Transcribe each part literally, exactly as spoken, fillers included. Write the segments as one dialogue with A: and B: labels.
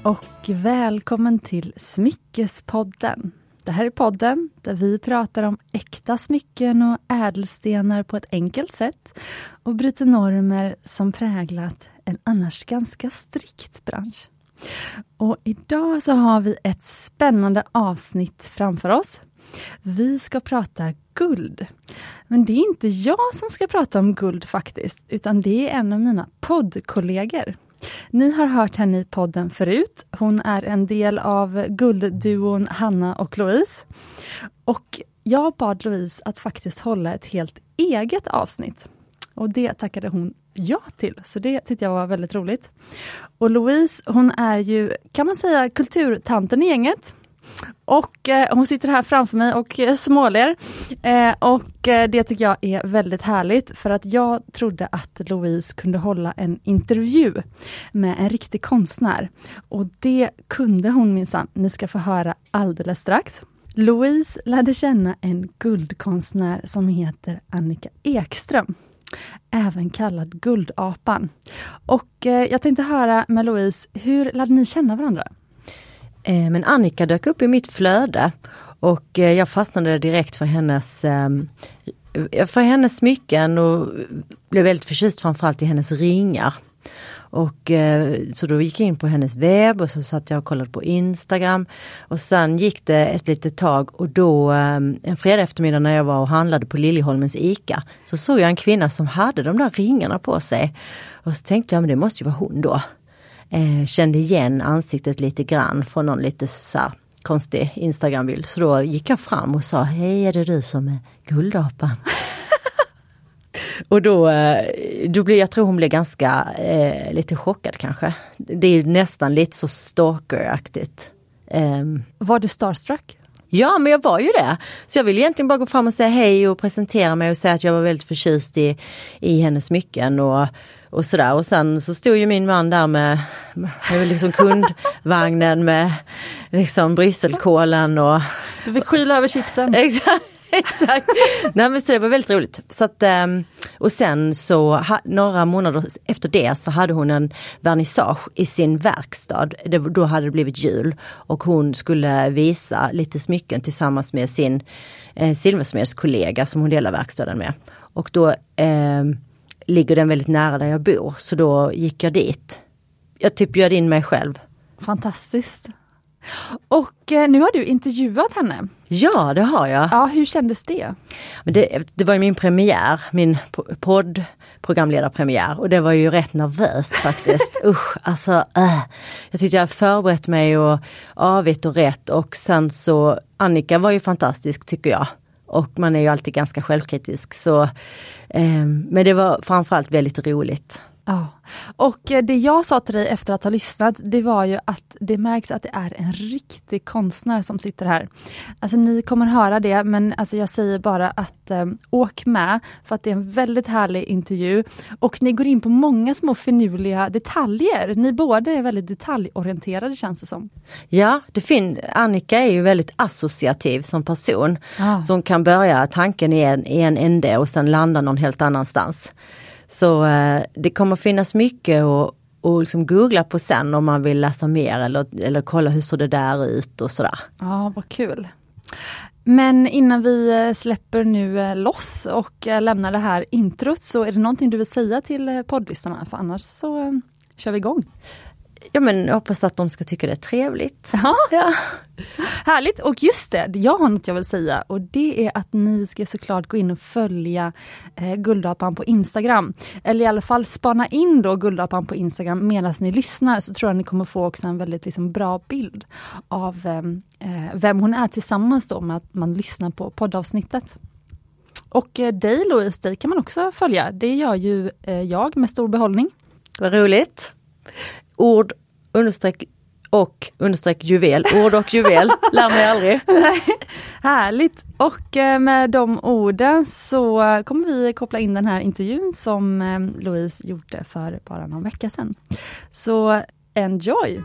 A: Och välkommen till Smyckespodden. Det här är podden där vi pratar om äkta smycken och ädelstenar på ett enkelt sätt och bryter normer som präglat en annars ganska strikt bransch. Och idag så har vi ett spännande avsnitt framför oss. Vi ska prata guld. Men det är inte jag som ska prata om guld faktiskt, utan det är en av mina poddkollegor. Ni har hört henne i podden förut. Hon är en del av guldduon Hanna och Louise. Och jag bad Louise att faktiskt hålla ett helt eget avsnitt. Och det tackade hon ja till. Så det tyckte jag var väldigt roligt. Och Louise, hon är ju, kan man säga, kulturtanten i gänget. Och eh, hon sitter här framför mig och eh, småler. Eh, och eh, det tycker jag är väldigt härligt. För att jag trodde att Louise kunde hålla en intervju med en riktig konstnär. Och det kunde hon minsann. Ni ska få höra alldeles strax. Louise lärde känna en guldkonstnär som heter Annika Ekström. Även kallad Guldapan. Och eh, jag tänkte höra med Louise, hur lärde ni känna varandra?
B: Men Annika dök upp i mitt flöde och jag fastnade direkt för hennes, för hennes smycken och blev väldigt förtjust framförallt i hennes ringar. Och så då gick jag in på hennes webb och så satt jag och kollade på Instagram. Och sen gick det ett litet tag och då en fredag eftermiddag när jag var och handlade på Liljeholmens Ica så såg jag en kvinna som hade de där ringarna på sig. Och så tänkte jag, men det måste ju vara hon då. Eh, kände igen ansiktet lite grann från någon lite så här konstig Instagram-bild. Så då gick jag fram och sa, hej, är det du som är Guldapan? Och då, då blev jag tror hon blev ganska eh, lite chockad kanske. Det är ju nästan lite så stalkeraktigt. Eh,
A: var du starstruck?
B: Ja, men jag var ju det. Så jag ville egentligen bara gå fram och säga hej och presentera mig och säga att jag var väldigt förtjust i, i hennes smycken och, och sådär. Och sen så stod ju min man där med, med liksom kundvagnen med liksom brysselkålen och...
A: Du fick skyla över chipsen.
B: Exakt. Exakt. Nej, men så det var väldigt roligt. Så att, och sen så ha, några månader efter det så hade hon en vernissage i sin verkstad. Det, då hade det blivit jul och hon skulle visa lite smycken tillsammans med sin eh, silversmedskollega som hon delar verkstaden med. Och då eh, ligger den väldigt nära där jag bor, så då gick jag dit. Jag typ bjöd in mig själv.
A: Fantastiskt. Och eh, nu har du intervjuat henne.
B: Ja, det har jag.
A: Ja, hur kändes det?
B: Men det, det var ju min premiär, min poddprogramledarpremiär. Och det var ju rätt nervöst faktiskt. Usch, alltså, äh. Jag tyckte jag förberett mig och avigt och rätt. Och sen så, Annika var ju fantastisk tycker jag. Och man är ju alltid ganska självkritisk. Så, eh, men det var framförallt väldigt roligt.
A: Ja, och det jag sa till dig efter att ha lyssnat, det var ju att det märks att det är en riktig konstnär som sitter här. Alltså ni kommer höra det, men alltså jag säger bara att eh, åk med, för att det är en väldigt härlig intervju. Och ni går in på många små finurliga detaljer. Ni båda är väldigt detaljorienterade, känns det som.
B: Ja, det fin- Annika är ju väldigt associativ som person.
A: Ah.
B: Som kan börja tanken i en, i en ände och sen landa någon helt annanstans. Så eh, det kommer finnas mycket att och liksom googla på sen om man vill läsa mer eller, eller kolla hur såg det där ut och sådär.
A: Ja, vad kul. Men innan vi släpper nu loss och lämnar det här introt, så är det någonting du vill säga till poddlyssnarna? För annars så kör vi igång.
B: Ja, men jag hoppas att de ska tycka det är trevligt.
A: Ja.
B: Ja.
A: Härligt. Och just det, jag har något jag vill säga. Och det är att ni ska såklart gå in och följa eh, Guldapan på Instagram. Eller i alla fall spana in då Guldapan på Instagram medan ni lyssnar. Så tror jag ni kommer få också en väldigt liksom, bra bild av eh, vem hon är tillsammans då med att man lyssnar på poddavsnittet. Och eh, dig Louise, dig kan man också följa. Det gör ju eh, jag med stor behållning.
B: Vad roligt. Ord, understreck och understreck juvel. Ord och juvel. Lär mig aldrig.
A: Härligt. Och med de orden så kommer vi koppla in den här intervjun som Louise gjorde för bara någon vecka sedan. Så enjoy!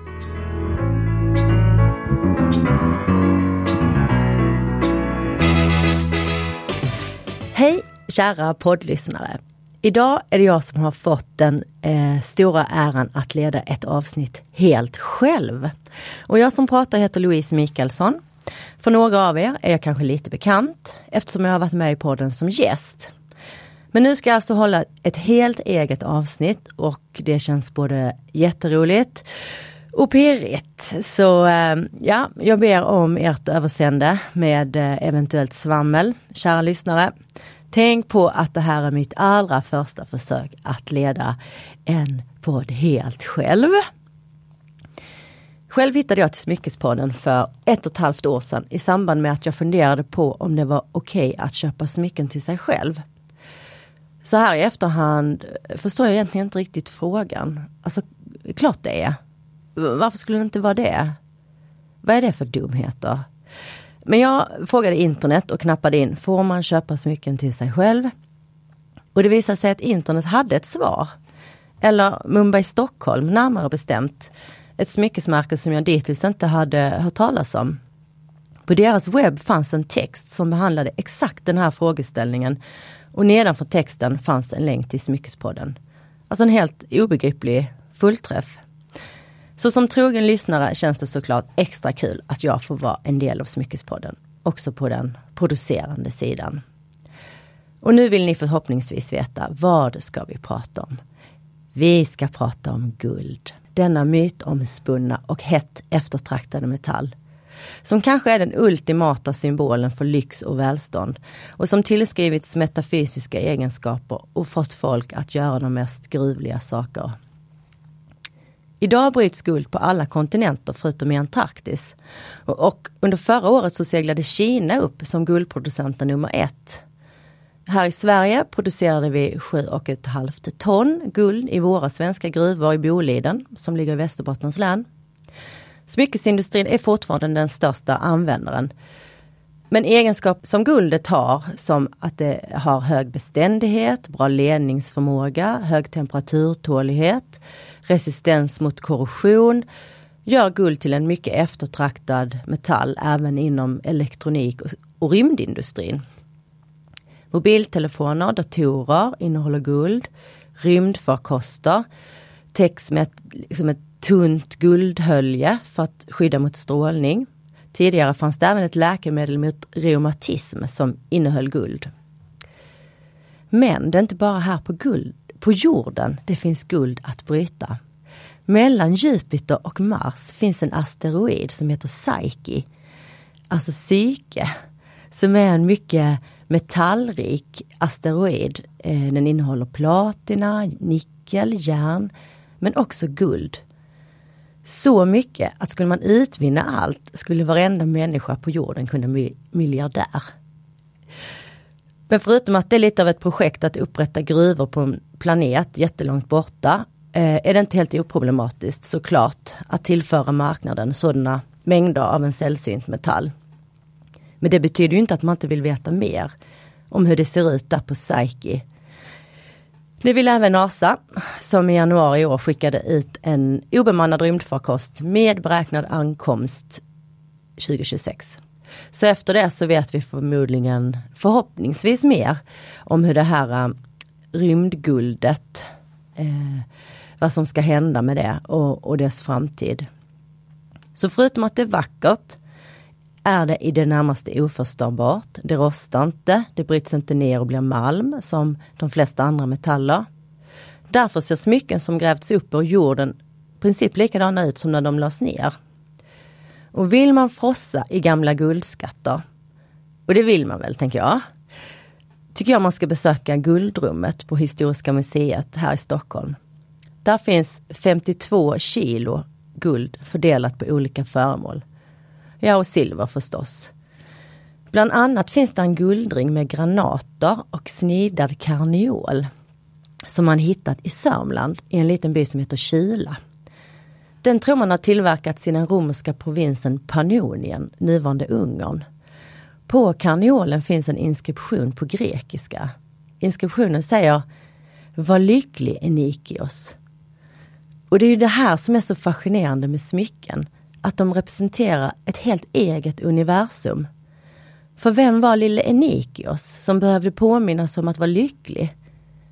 B: Hej kära poddlyssnare. Idag är det jag som har fått den eh, stora äran att leda ett avsnitt helt själv. Och jag som pratar heter Louise Mikaelsson. För några av er är jag kanske lite bekant eftersom jag har varit med i podden som gäst. Men nu ska jag alltså hålla ett helt eget avsnitt och det känns både jätteroligt och pirrigt. Så eh, ja, jag ber om ert överseende med eh, eventuellt svammel, kära lyssnare. Tänk på att det här är mitt allra första försök att leda en podd helt själv. Själv hittade jag till Smyckespodden för ett och ett halvt år sedan i samband med att jag funderade på om det var okej att köpa smycken till sig själv. Så här i efterhand förstår jag egentligen inte riktigt frågan. Alltså, klart det är. Varför skulle det inte vara det? Vad är det för dumheter? Men jag frågade internet och knappade in, får man köpa smycken till sig själv? Och det visade sig att internet hade ett svar. Eller Mumbai Stockholm, närmare bestämt. Ett smyckesmärke som jag dittills inte hade hört talas om. På deras webb fanns en text som behandlade exakt den här frågeställningen. Och nedanför texten fanns en länk till Smyckespodden. Alltså en helt obegriplig fullträff. Så som trogen lyssnare känns det såklart extra kul att jag får vara en del av Smyckespodden. Också på den producerande sidan. Och nu vill ni förhoppningsvis veta, vad ska vi prata om? Vi ska prata om guld. Denna mytomspunna och hett eftertraktade metall. Som kanske är den ultimata symbolen för lyx och välstånd. Och som tillskrivits metafysiska egenskaper och fått folk att göra de mest gruvliga saker. Idag bryts guld på alla kontinenter förutom i Antarktis. Och, och under förra året så seglade Kina upp som guldproducenten nummer ett. Här i Sverige producerade vi sju och ett halvt ton guld i våra svenska gruvor i Boliden som ligger i Västerbottens län. Smyckesindustrin är fortfarande den största användaren. Men egenskap som guldet har, som att det har hög beständighet, bra ledningsförmåga, hög temperaturtålighet, resistens mot korrosion, gör guld till en mycket eftertraktad metall även inom elektronik och, och rymdindustrin. Mobiltelefoner och datorer innehåller guld, rymdfarkoster täcks med ett, liksom ett tunt guldhölje för att skydda mot strålning. Tidigare fanns det även ett läkemedel mot reumatism som innehöll guld. Men det är inte bara här på, guld, på jorden det finns guld att bryta. Mellan Jupiter och Mars finns en asteroid som heter Psyche, alltså Psyche, som är en mycket metallrik asteroid. Den innehåller platina, nickel, järn, men också guld. Så mycket att skulle man utvinna allt skulle varenda människa på jorden kunna bli miljardär. Men förutom att det är lite av ett projekt att upprätta gruvor på en planet jättelångt borta eh, är det inte helt oproblematiskt såklart att tillföra marknaden sådana mängder av en sällsynt metall. Men det betyder ju inte att man inte vill veta mer om hur det ser ut där på Psyche. Det vill även NASA som i januari i år skickade ut en obemannad rymdfarkost med beräknad ankomst tjugohundratjugosex. Så efter det så vet vi förmodligen förhoppningsvis mer om hur det här rymdguldet, eh, vad som ska hända med det och, och dess framtid. Så förutom att det är vackert är det i det närmaste oförstörbart. Det rostar inte, det bryts inte ner och blir malm som de flesta andra metaller. Därför ser smycken som grävts upp ur jorden i princip likadana ut som när de lades ner. Och vill man frossa i gamla guldskatter, och det vill man väl tänker jag, tycker jag man ska besöka Guldrummet på Historiska museet här i Stockholm. Där finns femtiotvå kilo guld fördelat på olika föremål. Ja, och silver förstås. Bland annat finns det en guldring med granater och snidad karneol som man hittat i Sörmland i en liten by som heter Kyla. Den tror man har tillverkats i den romerska provinsen Pannonien, nuvarande Ungern. På karneolen finns en inskription på grekiska. Inskriptionen säger "Var lycklig, Enikios". Och det är ju det här som är så fascinerande med smycken. Att de representerar ett helt eget universum. För vem var lille Enikios som behövde påminnas om att vara lycklig?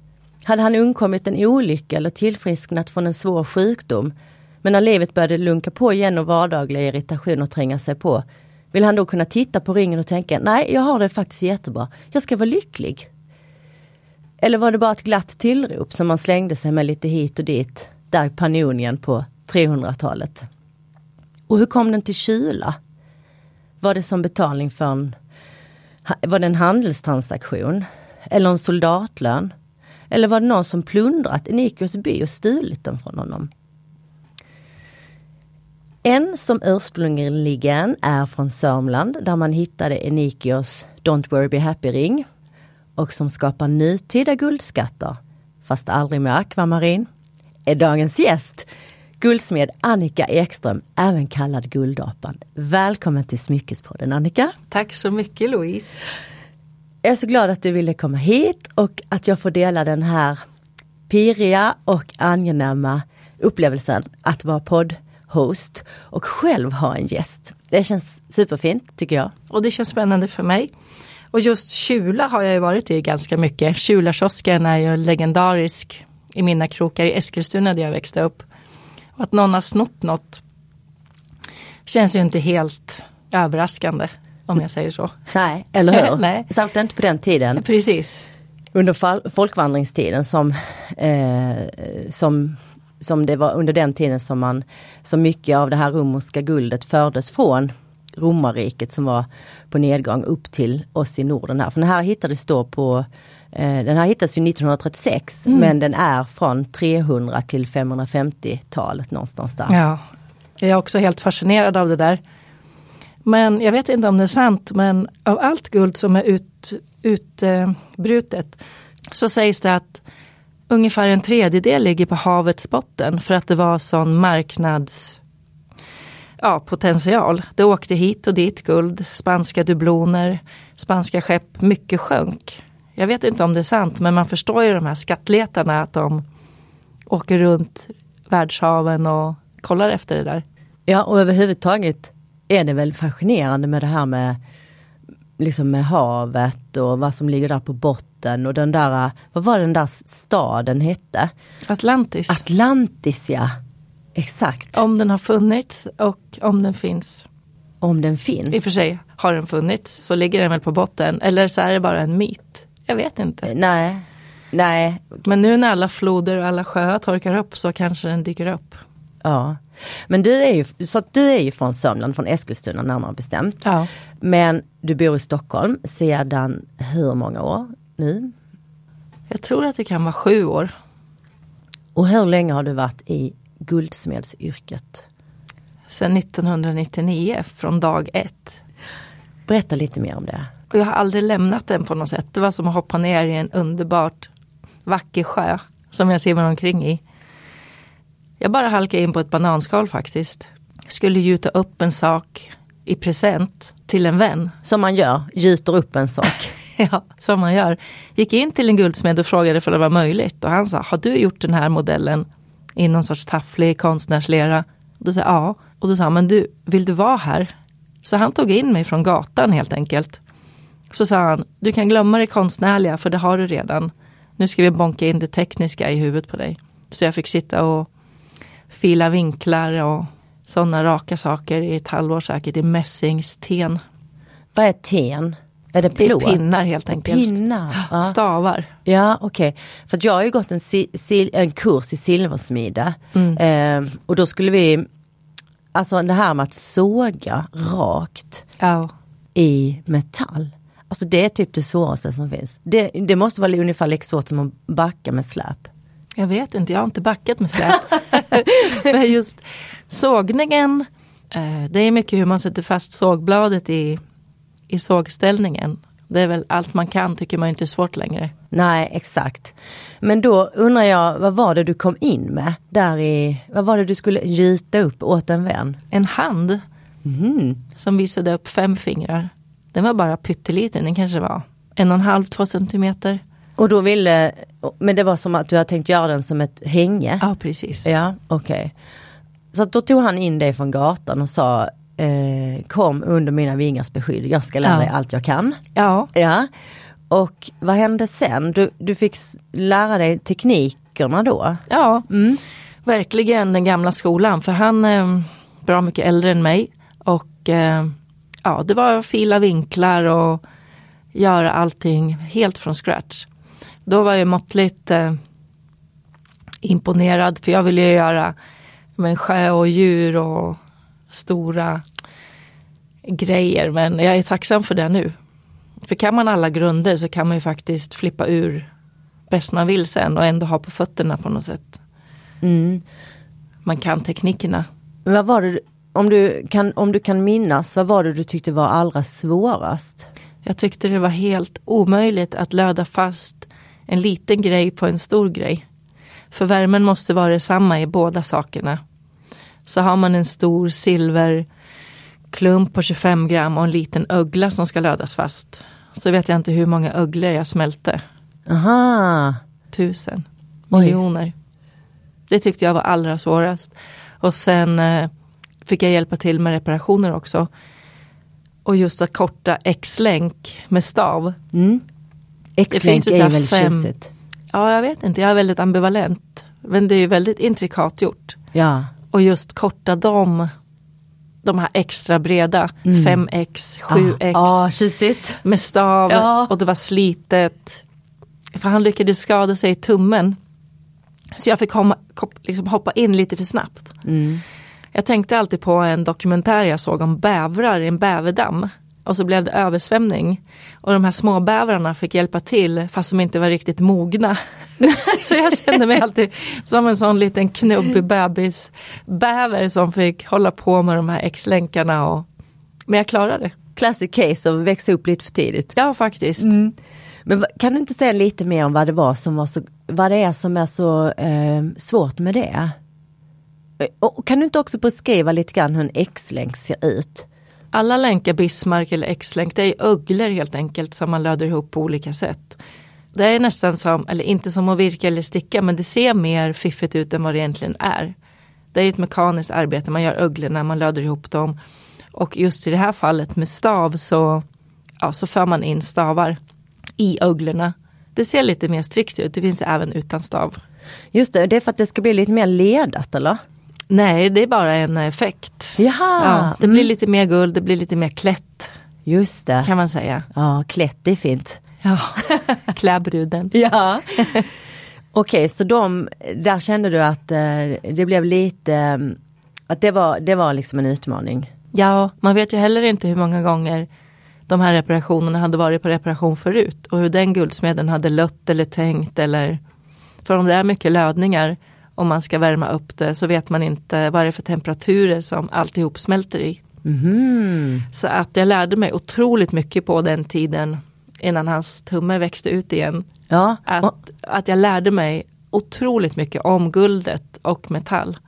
B: Hade han undkommit en olycka eller tillfrisknat från en svår sjukdom, men när livet började lunka på igen och vardagliga irritationer tränga sig på, vill han då kunna titta på ringen och tänka, nej, jag har det faktiskt jättebra, jag ska vara lycklig? Eller var det bara ett glatt tillrop som man slängde sig med lite hit och dit där i Pannonien på trehundratalet? Och hur kom den till kyla? Var det som betalning för en, var det en handelstransaktion? Eller en soldatlön? Eller var det någon som plundrat Enikios by och stulit den från honom? En som ursprungligen är från Sörmland, där man hittade Enikios Don't Worry Be Happy-ring, och som skapar nutida guldskatter, fast aldrig med akvamarin, är dagens gäst, guldsmed Annika Ekström, även kallad Guldapan. Välkommen till Smyckespodden, Annika.
C: Tack så mycket, Louise.
B: Jag är så glad att du ville komma hit och att jag får dela den här pirriga och angenäma upplevelsen att vara poddhost och själv ha en gäst. Det känns superfint, tycker jag.
C: Och det känns spännande för mig. Och just Kjula har jag ju varit i ganska mycket. Kjula-kiosken är ju legendarisk i mina krokar i Eskilstuna där jag växte upp. Och att någon har snott något känns ju inte helt överraskande, om jag säger så.
B: Nej, eller hur?
C: Nej.
B: Särskilt inte på den tiden.
C: Precis.
B: Under fall, folkvandringstiden som, eh, som, som det var under den tiden som man så mycket av det här romerska guldet fördes från romarriket som var på nedgång upp till oss i Norden här. För den här hittades då på eh, den här hittades ju nittonhundratrettiosex mm. men den är från trehundra till femhundrafemtio-talet någonstans där.
C: Ja, jag är också helt fascinerad av det där. Men jag vet inte om det är sant, men av allt guld som är ut, utbrutet eh, så sägs det att ungefär en tredjedel ligger på havets botten för att det var sån marknads ja, potential. Det åkte hit och dit guld, spanska dubloner, spanska skepp, mycket sjönk. Jag vet inte om det är sant, men man förstår ju de här skattletarna att de åker runt världshaven och kollar efter det där.
B: Ja, och överhuvudtaget är det väl fascinerande med det här med liksom med havet och vad som ligger där på botten och den där, vad var den där staden hette?
C: Atlantis.
B: Atlantis, ja. Exakt.
C: Om den har funnits och om den finns.
B: Om den finns.
C: I och för sig har den funnits så ligger den väl på botten. Eller så är det bara en myt. Jag vet inte.
B: Nej. Nej.
C: Men nu när alla floder och alla sjöar torkar upp så kanske den dyker upp.
B: Ja. Men du är ju, så att du är ju från Sörmland, från Eskilstuna närmare bestämt.
C: Ja.
B: Men du bor i Stockholm sedan hur många år nu?
C: Jag tror att det kan vara sju år.
B: Och hur länge har du varit i guldsmedsyrket?
C: Sedan nittonhundranittionio, från dag ett.
B: Berätta lite mer om det.
C: Och jag har aldrig lämnat den på något sätt. Det var som att hoppa ner i en underbart vacker sjö som jag simmar omkring i. Jag bara halkade in på ett bananskal faktiskt. Jag skulle gjuta upp en sak i present till en vän.
B: Som man gör, gjuter upp en sak.
C: Ja, som man gör. Gick in till en guldsmed och frågade för det var möjligt. Och han sa, har du gjort den här modellen i någon sorts tafflig konstnärslera? Och då sa jag, ja. Och då sa han, men du, vill du vara här? Så han tog in mig från gatan helt enkelt. Så sa han, du kan glömma det konstnärliga för det har du redan. Nu ska vi bonka in det tekniska i huvudet på dig. Så jag fick sitta och fila vinklar och sådana raka saker i ett halvår säkert i mässingsten.
B: Vad är ten? Är det plåt?
C: Det är pinnar helt enkelt.
B: Pinnar? Ja.
C: Stavar.
B: Ja, okej. Okay. För att jag har ju gått en, si- en kurs i silversmide. Mm. Eh, och då skulle vi, alltså det här med att såga rakt
C: oh.
B: i metall. Alltså det är typ det svåraste som finns. Det, det måste vara ungefär lika svårt som att backa med släp.
C: Jag vet inte, jag har inte backat med släp. Men just sågningen, eh, det är mycket hur man sätter fast sågbladet i, i sågställningen. Det är väl allt man kan, tycker man inte är svårt längre.
B: Nej, exakt. Men då undrar jag, vad var det du kom in med? Där i, vad var det du skulle gjuta upp åt en vän?
C: En hand
B: mm.
C: som visade upp fem fingrar. Den var bara pytteliten, den kanske var en och en halv, två centimeter.
B: Och då ville, men det var som att du hade tänkt göra den som ett hänge?
C: Ja, precis.
B: Ja, okej. Okay. Så då tog han in dig från gatan och sa, eh, kom under mina vingars beskydd, jag ska lära
C: ja.
B: dig allt jag kan.
C: Ja.
B: Ja. Och vad hände sen? Du, du fick lära dig teknikerna då?
C: Ja, mm. verkligen den gamla skolan. För han är bra mycket äldre än mig. Och eh, ja, det var fila vinklar och göra allting helt från scratch. Då var jag måttligt eh, imponerad. För jag ville ju göra med sjö och djur och stora grejer. Men jag är tacksam för det nu. För kan man alla grunder så kan man ju faktiskt flippa ur bäst man vill sen och ändå ha på fötterna på något sätt.
B: Mm.
C: Man kan teknikerna.
B: Vad var det, om du kan, om du kan minnas, vad var det du tyckte var allra svårast?
C: Jag tyckte det var helt omöjligt att löda fast en liten grej på en stor grej. För värmen måste vara detsamma i båda sakerna. Så har man en stor silverklump på tjugofem gram och en liten ögla som ska lödas fast. Så vet jag inte hur många öglor jag smälte.
B: Aha.
C: Tusen.
B: Oj.
C: Miljoner. Det tyckte jag var allra svårast. Och sen eh, fick jag hjälpa till med reparationer också. Och just att korta X-länk med stav.
B: Mm. X-länk är väldigt tjusigt.
C: Ja, jag vet inte. Jag är väldigt ambivalent. Men det är ju väldigt intrikat gjort.
B: Ja.
C: Och just korta dem, de här extra breda, mm. fem x, sju x.
B: Ja, ah, tjusigt.
C: Med stav
B: ja.
C: Och det var slitet. För han lyckades skada sig i tummen. Så jag fick hoppa, liksom hoppa in lite för snabbt.
B: Mm.
C: Jag tänkte alltid på en dokumentär jag såg om bävrar i en bäverdamm. Och så blev det översvämning. Och de här små bävrarna fick hjälpa till fast de inte var riktigt mogna. Så jag kände mig alltid som en sån liten knubbig bebisbäver som fick hålla på med de här X-länkarna. Och... Men jag klarade det.
B: Classic case av att växa upp lite för tidigt.
C: Ja, faktiskt.
B: Mm. Men kan du inte säga lite mer om vad det var som var så, vad det är som är så eh, svårt med det? Och kan du inte också beskriva lite grann hur en X-länk ser ut?
C: Alla länkar, Bismarck eller X-länk, det är öglor helt enkelt som man löder ihop på olika sätt. Det är nästan som, eller inte som att virka eller sticka, men det ser mer fiffigt ut än vad det egentligen är. Det är ett mekaniskt arbete, man gör öglorna, man löder ihop dem. Och just i det här fallet med stav så, ja, så för man in stavar i öglorna. Det ser lite mer strikt ut, det finns även utan stav.
B: Just det, det är för att det ska bli lite mer ledat, eller?
C: Nej, det är bara en effekt.
B: Jaha.
C: Ja, det blir mm. lite mer guld, det blir lite mer klätt.
B: Just det.
C: Kan man säga.
B: Ja, klätt, det är fint.
C: Ja, kläbruden.
B: Ja. Okej, okay, så de, där kände du att eh, det blev lite, eh, att det var, det var liksom en utmaning.
C: Ja, man vet ju heller inte hur många gånger de här reparationerna hade varit på reparation förut. Och hur den guldsmeden hade lött eller tänkt. Eller, för om det är mycket lödningar, om man ska värma upp det, så vet man inte vad det är för temperaturer som alltihop smälter i.
B: Mm.
C: Så att jag lärde mig otroligt mycket på den tiden innan hans tumme växte ut igen.
B: Ja.
C: Att, att jag lärde mig otroligt mycket om guldet och metall.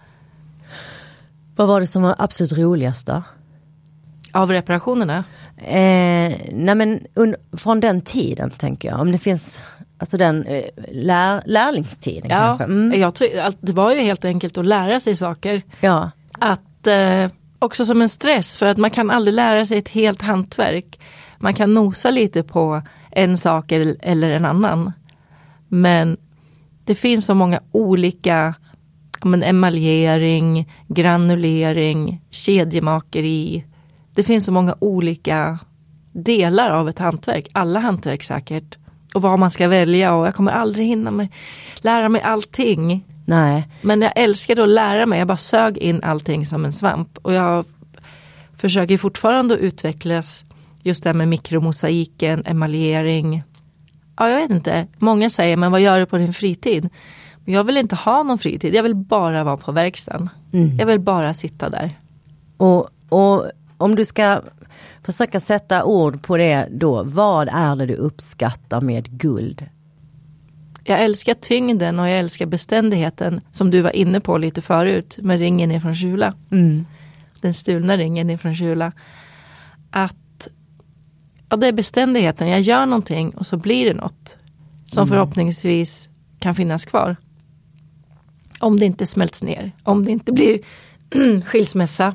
B: Vad var det som var absolut roligast då?
C: Av reparationerna?
B: Eh, nej men un, från den tiden tänker jag. Om det finns, alltså den eh, lär, lärlingstiden
C: ja,
B: kanske. Mm.
C: Jag tror, det var ju helt enkelt att lära sig saker.
B: Ja.
C: Att eh, också som en stress, för att man kan aldrig lära sig ett helt hantverk. Man kan nosa lite på en sak eller en annan. Men det finns så många olika, men emaljering, granulering, kedjemakeri. Det finns så många olika delar av ett hantverk. Alla hantverk säkert. Och vad man ska välja. Och jag kommer aldrig hinna mig, lära mig allting.
B: Nej.
C: Men jag älskade att lära mig. Jag bara sög in allting som en svamp. Och jag försöker fortfarande att utvecklas. Just det här med mikromosaiken, emaljering. Ja, jag vet inte. Många säger, men vad gör du på din fritid? Men jag vill inte ha någon fritid. Jag vill bara vara på verkstaden. Mm. Jag vill bara sitta där.
B: Och, och om du ska försöka sätta ord på det då. Vad är det du uppskattar med guld?
C: Jag älskar tyngden och jag älskar beständigheten. Som du var inne på lite förut. Med ringen ifrån Kjula.
B: Mm.
C: Den stulna ringen ifrån Kjula. Att ja, det är beständigheten. Jag gör någonting och så blir det något. Som mm. förhoppningsvis kan finnas kvar. Om det inte smälts ner. Om det inte blir skilsmässa.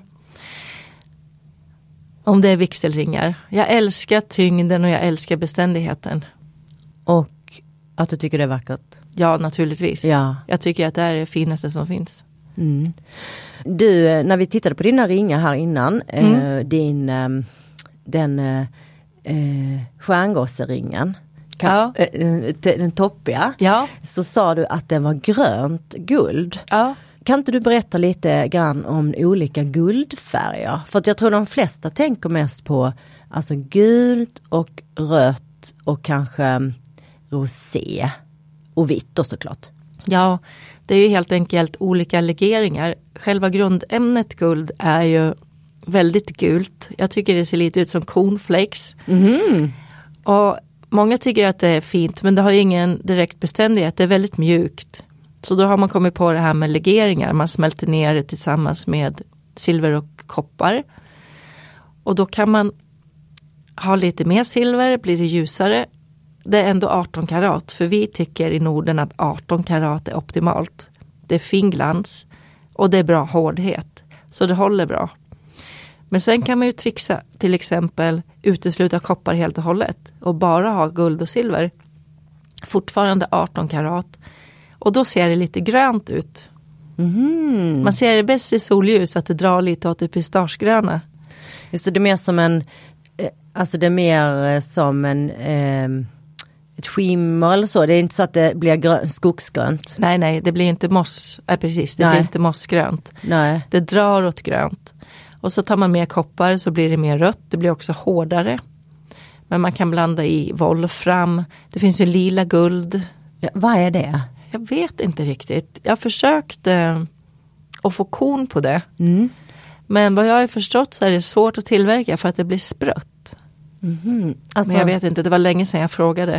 C: Om det är vigselringar. Jag älskar tyngden och jag älskar beständigheten.
B: Och att du tycker det är vackert?
C: Ja, naturligtvis.
B: Ja.
C: Jag tycker att det är det finaste som finns.
B: Mm. Du, när vi tittade på dina ringar här innan, mm. eh, din, eh, den eh, stjärngosseringen,
C: ja.
B: eh, den toppiga,
C: ja.
B: så sa du att den var grönt guld.
C: Ja.
B: Kan inte du berätta lite grann om olika guldfärger? För att jag tror de flesta tänker mest på alltså gult och rött och kanske rosé och vitt då såklart.
C: Ja, det är ju helt enkelt olika legeringar. Själva grundämnet guld är ju väldigt gult. Jag tycker det ser lite ut som cornflakes.
B: Mm.
C: Och många tycker att det är fint, men det har ju ingen direkt beständighet. Det är väldigt mjukt. Så då har man kommit på det här med legeringar. Man smälter ner det tillsammans med silver och koppar. Och då kan man ha lite mer silver, blir det ljusare. Det är ändå arton karat, för vi tycker i Norden att arton karat är optimalt. Det är fin glans och det är bra hårdhet, så det håller bra. Men sen kan man ju trixa, till exempel utesluta koppar helt och hållet och bara ha guld och silver. Fortfarande arton karat. Och då ser det lite grönt ut.
B: Mm.
C: Man ser det bäst i solljus att det drar lite åt det pistagegröna.
B: Just det, det är mer som en, alltså det är mer som en... Eh... ett skimmer eller så. Det är inte så att det blir grö- skogsgrönt.
C: Nej, nej. Det blir inte moss. Nej, precis. Det
B: nej.
C: blir inte mossgrönt.
B: Nej.
C: Det drar åt grönt. Och så tar man mer koppar så blir det mer rött. Det blir också hårdare. Men man kan blanda i wolfram. Det finns ju lila guld.
B: Ja, vad är det?
C: Jag vet inte riktigt. Jag försökte eh, att få korn på det.
B: Mm.
C: Men vad jag har förstått så är det svårt att tillverka för att det blir sprött.
B: Mm-hmm. Alltså,
C: men jag vet inte, det var länge sedan jag frågade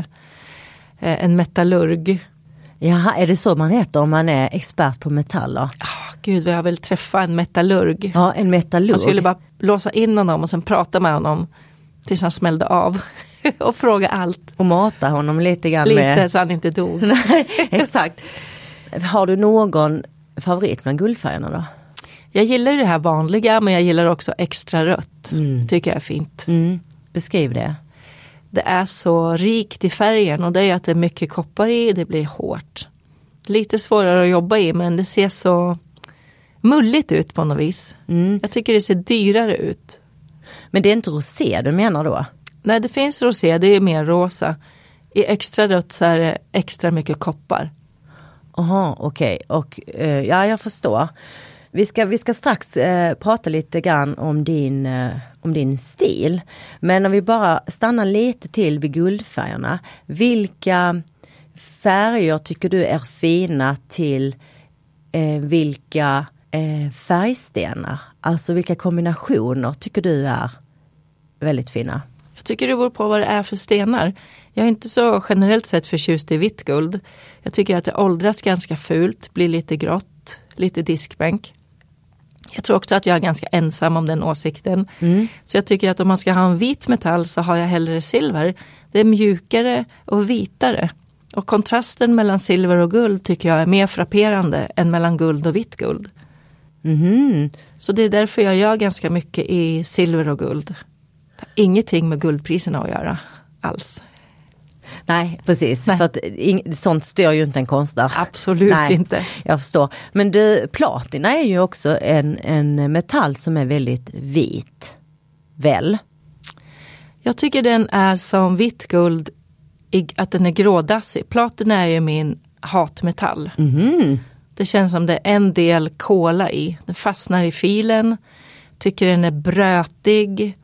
C: eh, en metallurg.
B: Jaha, är det så man heter om man är expert på metaller?
C: Oh, gud, jag vill träffa en metallurg.
B: Ja, en metallurg.
C: Man skulle bara låsa in honom och sen prata med honom tills han smällde av. Och fråga allt.
B: Och mata honom lite grann
C: lite
B: med...
C: så han inte dog.
B: Nej, exakt. Har du någon favorit bland guldfärgerna då?
C: Jag gillar det här vanliga, men jag gillar också extra rött.
B: Mm.
C: Tycker jag är fint.
B: Mm. Beskriv det.
C: Det är så rikt i färgen och det är att det är mycket koppar i, det blir hårt. Lite svårare att jobba i, men det ser så mulligt ut på något vis.
B: Mm.
C: Jag tycker det ser dyrare ut. Men
B: det är inte rosé du menar då?
C: Nej, det finns rosé, det är mer rosa. I extra rött så är det extra mycket koppar.
B: Jaha, okej. Okay. Och uh, ja, jag förstår. Vi ska, vi ska strax uh, prata lite grann om din, uh, om din stil. Men om vi bara stannar lite till vid guldfärgerna. Vilka färger tycker du är fina till uh, vilka uh, färgstenar? Alltså vilka kombinationer tycker du är väldigt fina?
C: Jag tycker det beror på vad det är för stenar. Jag är inte så generellt sett förtjust i vitt guld. Jag tycker att det åldras ganska fult, blir lite grått, lite diskbänk. Jag tror också att jag är ganska ensam om den åsikten. Mm. Så jag tycker att om man ska ha en vit metall så har jag hellre silver. Det är mjukare och vitare. Och kontrasten mellan silver och guld tycker jag är mer frapperande än mellan guld och vitt guld.
B: Mm.
C: Så det är därför jag gör ganska mycket i silver och guld. Det har ingenting med guldpriserna att göra alls.
B: Nej, precis.
C: Nej.
B: För att in, sånt stör ju inte en konstnär.
C: Absolut
B: Nej,
C: inte.
B: Jag förstår. Men du, platina är ju också en, en metall som är väldigt vit. Väl?
C: Jag tycker den är som vitt guld, att den är grådassig. Platina är ju min hatmetall.
B: Mm.
C: Det känns som det är en del kola i. Den fastnar i filen. Tycker den är brötig.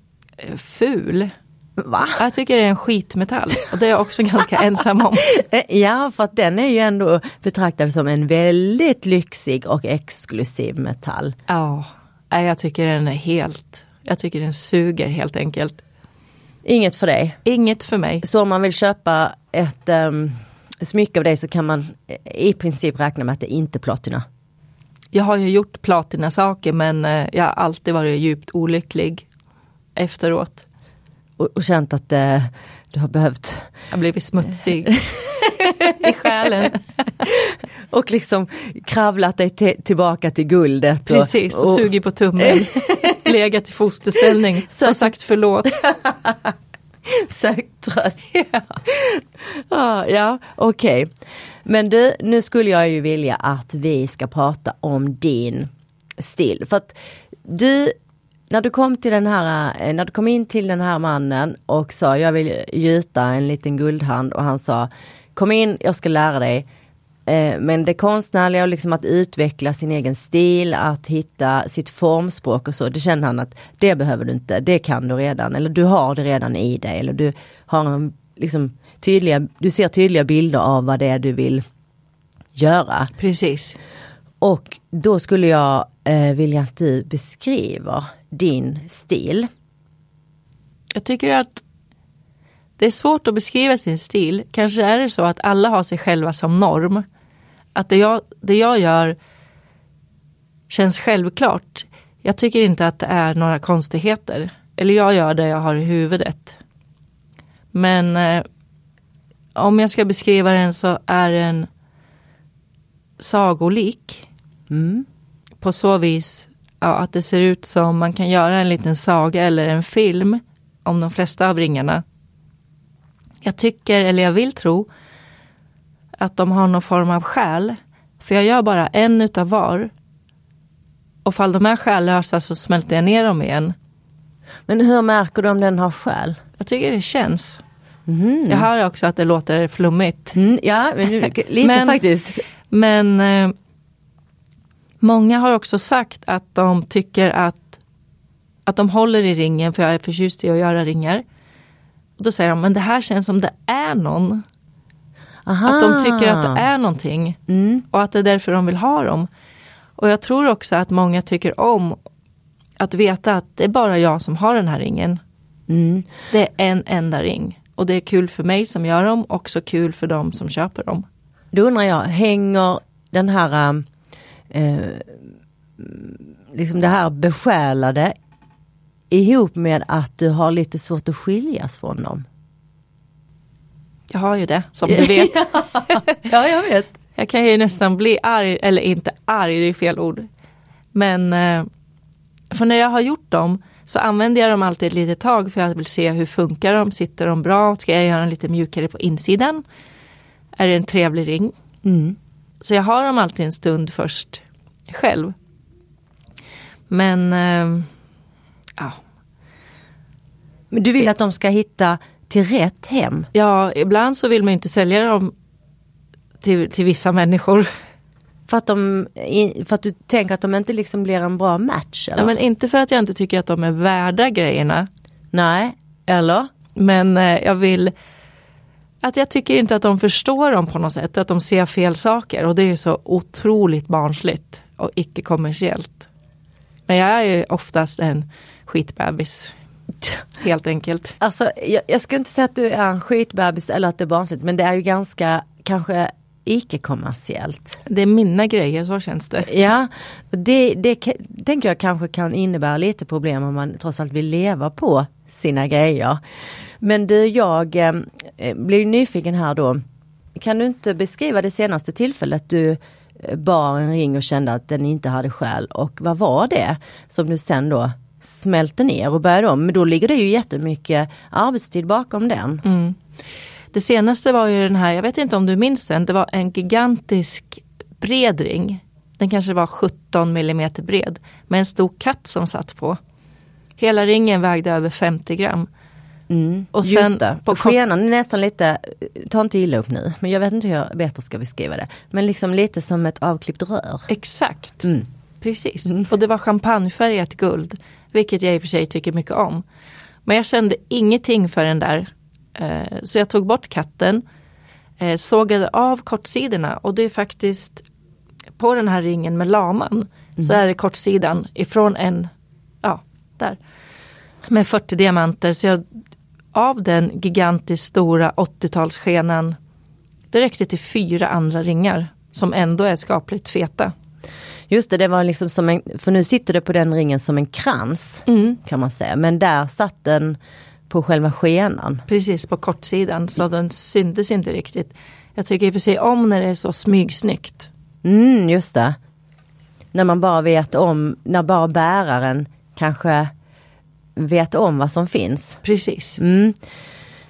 C: Ful.
B: Va?
C: Jag tycker det är en skitmetall. Och det är jag också ganska ensam om.
B: Ja, för att den är ju ändå betraktad som en väldigt lyxig och exklusiv metall.
C: Ja, jag tycker den är helt... Jag tycker den suger helt enkelt.
B: Inget för dig?
C: Inget för mig.
B: Så om man vill köpa ett um, smycke av dig så kan man i princip räkna med att det inte är platina?
C: Jag har ju gjort platina saker, men uh, jag har alltid varit djupt olycklig efteråt.
B: Och, och känt att uh, du har behövt...
C: Jag har blivit smutsig i själen.
B: Och liksom kravlat dig te- tillbaka till guldet. Och,
C: precis, och, och sugit på tummen. Legat i fosterställning så. Och sagt förlåt.
B: Sökt tröst. Ja, ah, ja okej. Okay. Men du, nu skulle jag ju vilja att vi ska prata om din stil. För att du, när du kom till den här, när du kom in till den här mannen och sa jag vill gjuta en liten guldhand och han sa kom in, jag ska lära dig. Eh, men det konstnärliga och liksom att utveckla sin egen stil, att hitta sitt formspråk och så, det kände han att det behöver du inte, det kan du redan, eller du har det redan i dig, eller du har en, liksom tydliga, du ser tydliga bilder av vad det är du vill göra.
C: Precis.
B: Och då skulle jag eh, vilja att du beskriver din stil.
C: Jag tycker att det är svårt att beskriva sin stil. Kanske är det så att alla har sig själva som norm. Att det jag, det jag gör känns självklart. Jag tycker inte att det är några konstigheter. Eller jag gör det jag har i huvudet. Men eh, om jag ska beskriva den så är den sagolik.
B: Mm.
C: På så vis ja, att det ser ut som man kan göra en liten saga eller en film om de flesta av ringarna. Jag tycker, eller jag vill tro, att de har någon form av själ. För jag gör bara en utav var. Och fall de är själlösa så smälter jag ner dem igen.
B: Men hur märker du om den har själ?
C: Jag tycker det känns.
B: Mm.
C: Jag hör också att det låter flummigt.
B: Mm, ja, men, lite
C: men,
B: faktiskt.
C: Men eh, många har också sagt att de tycker att, att de håller i ringen, för jag är förtjust i att göra ringar. Och då säger de, men det här känns som det är någon. Aha. Att de tycker att det är någonting.
B: Mm.
C: Och att det är därför de vill ha dem. Och jag tror också att många tycker om att veta att det är bara jag som har den här ringen.
B: Mm.
C: Det är en enda ring. Och det är kul för mig som gör dem. Och också kul för dem som köper dem.
B: Då undrar jag, hänger den här eh, liksom det här besjälade ihop med att du har lite svårt att skiljas från dem?
C: Jag har ju det, som du vet.
B: Ja, jag vet.
C: Jag kan ju nästan bli arg, eller inte arg, det är fel ord. Men för när jag har gjort dem så använder jag dem alltid ett litet tag för att jag vill se hur funkar de, sitter de bra, ska jag göra en lite mjukare på insidan? Är det en trevlig ring?
B: Mm.
C: Så jag har dem alltid en stund först själv. Men äh, ja.
B: Men du vill att de ska hitta till rätt hem?
C: Ja, ibland så vill man inte sälja dem till, till vissa människor.
B: För att, de, för att du tänker att de inte liksom blir en bra match? Eller?
C: Ja, men inte för att jag inte tycker att de är värda grejerna.
B: Nej, eller?
C: Men eh, jag vill att jag tycker inte att de förstår dem på något sätt. Att de ser fel saker. Och det är ju så otroligt barnsligt och icke-kommersiellt. Men jag är ju oftast en skitbebis. Helt enkelt.
B: Alltså, jag, jag skulle inte säga att du är en skitbebis eller att det är barnsligt. Men det är ju ganska, kanske icke-kommersiellt.
C: Det är mina grejer, så känns det.
B: Ja, det, det tänker jag kanske kan innebära lite problem om man trots allt vill leva på sina grejer. Men du, jag eh, blir nyfiken här då. Kan du inte beskriva det senaste tillfället du bar en ring och kände att den inte hade själ? Och vad var det som du sen då smälte ner och började om? Men då ligger det ju jättemycket arbetstid bakom den.
C: Mm. Det senaste var ju den här, jag vet inte om du minns den, det var en gigantisk bred ring. Den kanske var sjutton millimeter bred. Med en stor katt som satt på. Hela ringen vägde över femtio gram.
B: Mm,
C: och sen
B: just det. På skenan är nästan lite, ta inte illa upp nu, men jag vet inte hur jag bättre ska beskriva det. Men liksom lite som ett avklippt rör.
C: Exakt,
B: mm.
C: precis. Mm. Och det var champagnefärgat guld, vilket jag i och för sig tycker mycket om. Men jag kände ingenting för den där. Eh, så jag tog bort katten, eh, sågade av kortsidorna. Och det är faktiskt på den här ringen med laman mm. så är det kortsidan ifrån en, ja, där. Med fyrtio diamanter, så jag av den gigantiskt stora åttiotalsskenan, det räckte till fyra andra ringar som ändå är skapligt feta.
B: Just det, det var liksom som en, för nu sitter det på den ringen som en krans
C: mm.
B: kan man säga. Men där satt den på själva skenan.
C: Precis, på kortsidan, så den syntes inte riktigt. Jag tycker i och för sig om när det är så smygsnyggt.
B: Mm, just det. När man bara vet om, när bara bäraren kanske vet om vad som finns.
C: Precis.
B: Mm.